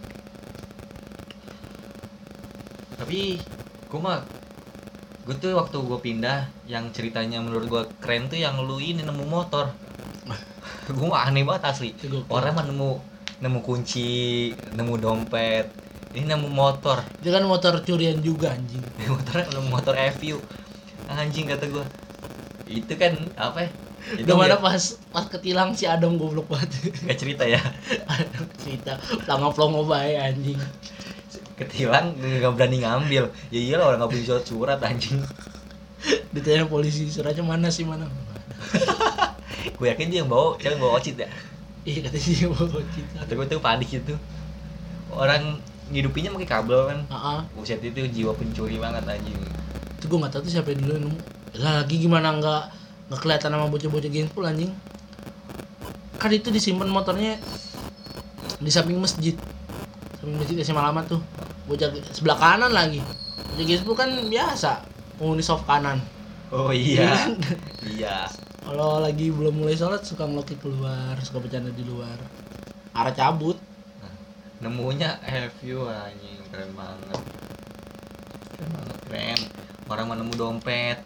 Tapi gue mah, gue tuh waktu gue pindah, yang ceritanya menurut gue keren tuh yang lu ini nemu motor. Gue mah aneh banget asli. Gokil. Orang mah nemu nemu kunci, nemu dompet, ini nemu motor. Itu kan motor curian juga anjing. Motornya nemu motor F U. Anjing kata gue. Itu kan apa ya? Itu Udah mana ya, pas pas ketilang si Adam goblok banget. gak cerita ya. Adam cerita pelangga pelongo bae anjing. Ketilang gak berani ngambil. Ya iyalah orang gak punya surat surat anjing. Ditanya polisi, suratnya mana sih mana? Gue yakin dia yang bawa, jangan bawa ocit ya. Iya katanya dia bawa cinta. Atau gue tuh panik gitu. Orang ngidupinnya pakai kabel kan. Heeh. Buset itu jiwa pencuri banget anjing. Itu gue nggak tahu tuh siapa yang dulu yang nemu. Lah lagi gimana nggak nggak kelihatan sama bocah-bocah genpul anjing. Kan itu disimpan motornya di samping masjid. Samping masjid S M A lama tuh. Bocah sebelah kanan lagi. Bocah genpul kan biasa penghuni soft kanan. Oh Iya iya. kan? Iya. Kalau lagi belum mulai sholat suka ngelokit keluar, suka bercanda di luar. Arah cabut. Nemunya F U anjing, keren banget. Keren banget, keren. Orang mau nemu dompet.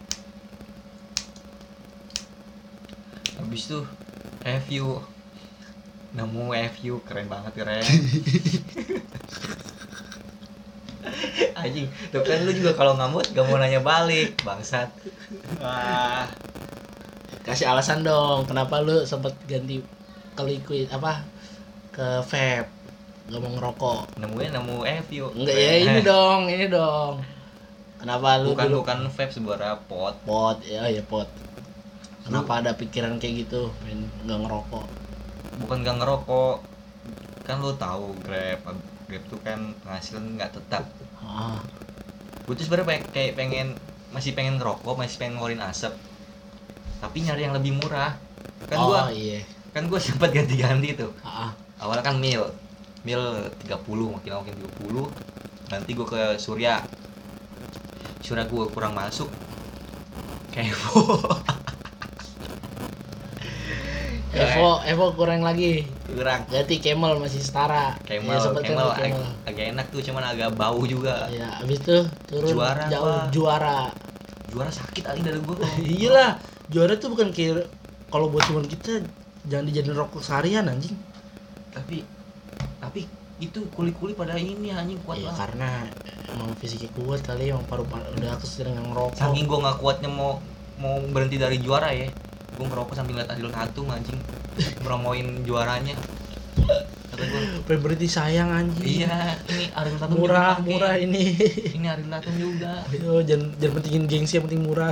Habis tuh F U. Nemu F U, keren banget, keren. Anjing, tuh kan lu juga kalau ngamut gak mau nanya balik, bangsat. Wah. Kasih alasan dong, kenapa lu sempet ganti ke liquid apa ke vape, gak mau ngerokok? Nemunya nemu F U. Enggak ya, ini dong, ini dong. Kenapa lu Bukan dulu bukan vape, sebuah pot. pot? Ya ya pot. Kenapa ada pikiran kayak gitu, pengen nggak ngerokok? Bukan gak ngerokok, kan lu tahu Grab Grab tuh kan penghasilan nggak tetap. Ah, Gue tuh sebenarnya pengen, kayak pengen masih pengen ngerokok, masih pengen ngeluarin asap, tapi nyari yang lebih murah. Kan oh gua iya. kan gue sempat ganti-ganti tuh. Ah, Awalnya kan mil mil tiga puluh, makin lama makin tiga puluh. Nanti gue ke Surya. Surya gue kurang masuk. Kayak Evo Evo kurang lagi. kurang. Ganti Camel masih setara. Camel, Ya, sempet Camel, ganti ag- agak enak tuh, cuman agak bau juga. Ya, abis itu turun Juara jauh apa? juara. Juara sakit kali dari gue. Iyalah, juara tuh bukan kayak kalau buat cuman kita jangan dijadiin rokok seharian anjing. Tapi tapi itu kuli-kuli pada ini anjing kuat Ya banget. karena emang fisiknya kuat kali, emang paru-paru udah keseringan ngerokok. Saking gue nggak kuatnya mau mau berhenti dari juara ya, gue ngerokok sambil liat Adil Tatung anjing, promoin juaranya. Kata gue, Pengen berhenti sayang anjing. iya ini Adil Tatung Murah, juga murah pakai. ini. Ini Adil Tatung juga. Ayo jangan jangan pentingin gengsi, yang penting murah.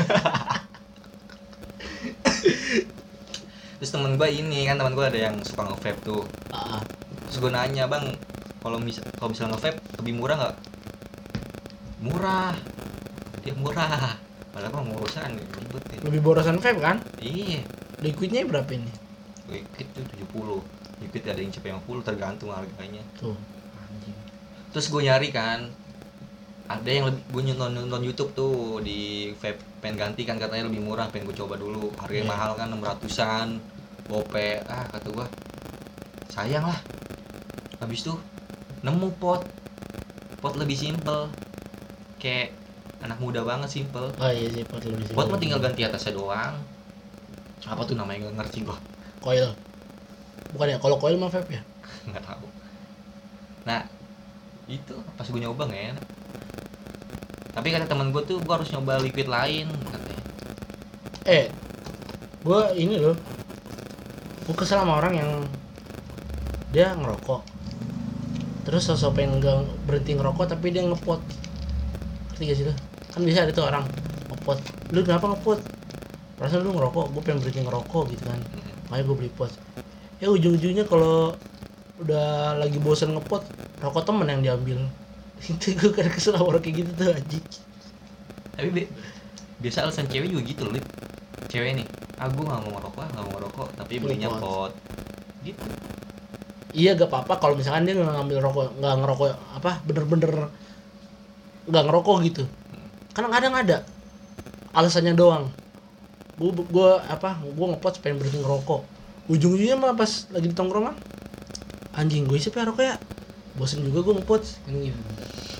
Terus temen gue ini kan, temen gue ada yang suka nge-vape tuh. Ah, Terus gue nanya, bang, kalau mis kalau misalnya nge-vape lebih murah nggak? Murah. Dia murah. Padahal mah ngurusan ribet ya. lebih borosan vape kan? Iya. Liquidnya berapa ini? Liquid tuh tujuh puluh. Liquid ada yang sampai lima puluh, tergantung harganya. Tuh. Anjing. Terus gue nyari kan, ada yang lebih, gue nonton nonton YouTube tuh di vape, pengen ganti kan, katanya lebih murah, pengen gue coba dulu. Harganya Yeah. mahal kan, enam ratusan. Gope, ah kata gue, sayang lah. Habis tuh nemu pot, pot lebih simple, kayak anak muda banget, simple. Oh iya sih, pot lebih. Pot mah tinggal ganti atasnya doang. Apa tuh namanya, nggak ngerti gue. Coil. Bukan ya, kalau coil mah vape ya? Nggak tahu. Nah itu pas gue nyoba nggak enak. Tapi kata teman gue tuh gue harus nyoba liquid lain katanya. Eh, gua ini loh. Gua kesel sama orang yang dia ngerokok. Terus sosok pengen nggak berhenti ngerokok tapi dia ngepot. Ngerti gak sih lo? Kan Kan bisa ada tuh orang ngepot, lu kenapa ngepot? Perasaan lu ngerokok, gue pengen berhenti ngerokok gitu kan. Makanya gue beli pot. Ya ujung-ujungnya kalau udah lagi bosan ngepot, rokok temen yang diambil. Itu gue kadang kesel sama orang kayak gitu tuh anjing. Tapi be- biasa alasan cewek juga gitu loh, Lip. Cewek nih, ah gue gak mau ngerokok, gak mau ngerokok, tapi belinya Pot. pot. Gitu. Iya gak apa-apa kalau misalkan dia nggak ngambil rokok, nggak ngerokok apa bener-bener nggak ngerokok gitu. Kadang-kadang ada alasannya doang. Gue gue apa gue ngepot pengen berhenti ngerokok. Ujung-ujungnya mah pas lagi di tongkrongan, anjing gue siapa ya rokok ya? Bosen juga gue ngepot. Ini gitu.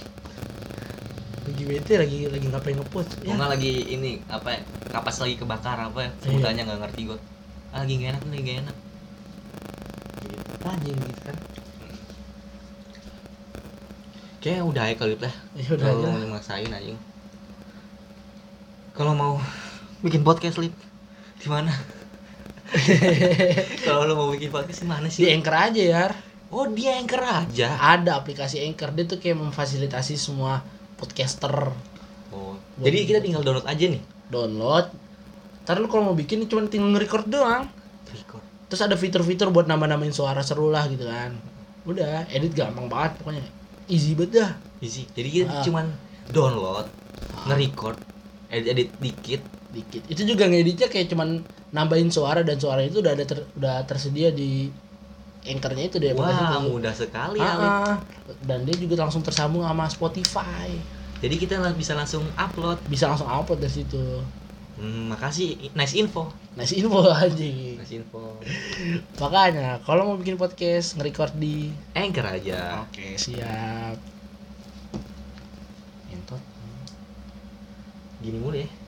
Lagi bete lagi lagi ngapain ngepot? Gue nggak lagi ini apa ya, kapas lagi kebakar apa ya, sebutannya nggak ngerti gue. Ah, lagi nggak enak nih, nggak enak. Anjing gitu kan. Kayaknya udah ya kali lah. Ya udah Kalau aja. mau maksain anjing. Kalau mau bikin podcast, Lip, di mana? Kalau lo mau bikin podcast di mana Di sih? Anchor aja ya. Oh, dia Anchor aja. Ada aplikasi Anchor, dia tuh kayak memfasilitasi semua podcaster. Oh, jadi kita tinggal download aja nih. Download. Ntar lu kalau mau bikin cuma tinggal nge-record doang. Record. Terus ada fitur-fitur buat nambah-nambahin suara seru lah gitu kan. Udah, edit gampang banget pokoknya. Easy banget dah. Easy. Jadi kita Ah. cuman download, nge-record, edit-edit dikit. Dikit. Itu juga ngeditnya kayak cuman nambahin suara dan suara itu udah ada ter, udah tersedia di Anchor-nya itu deh. Wah, mudah sekali ya, Lip. Ah, ah. Dan dia juga langsung tersambung sama Spotify. Jadi kita lang- bisa langsung upload. Bisa langsung upload dari situ. Hmm, makasih, nice info. Nice info aja. Nice info. Makanya kalau mau bikin podcast nge-record di Anchor aja. Oke, siap. Entot. Gini mulu ya.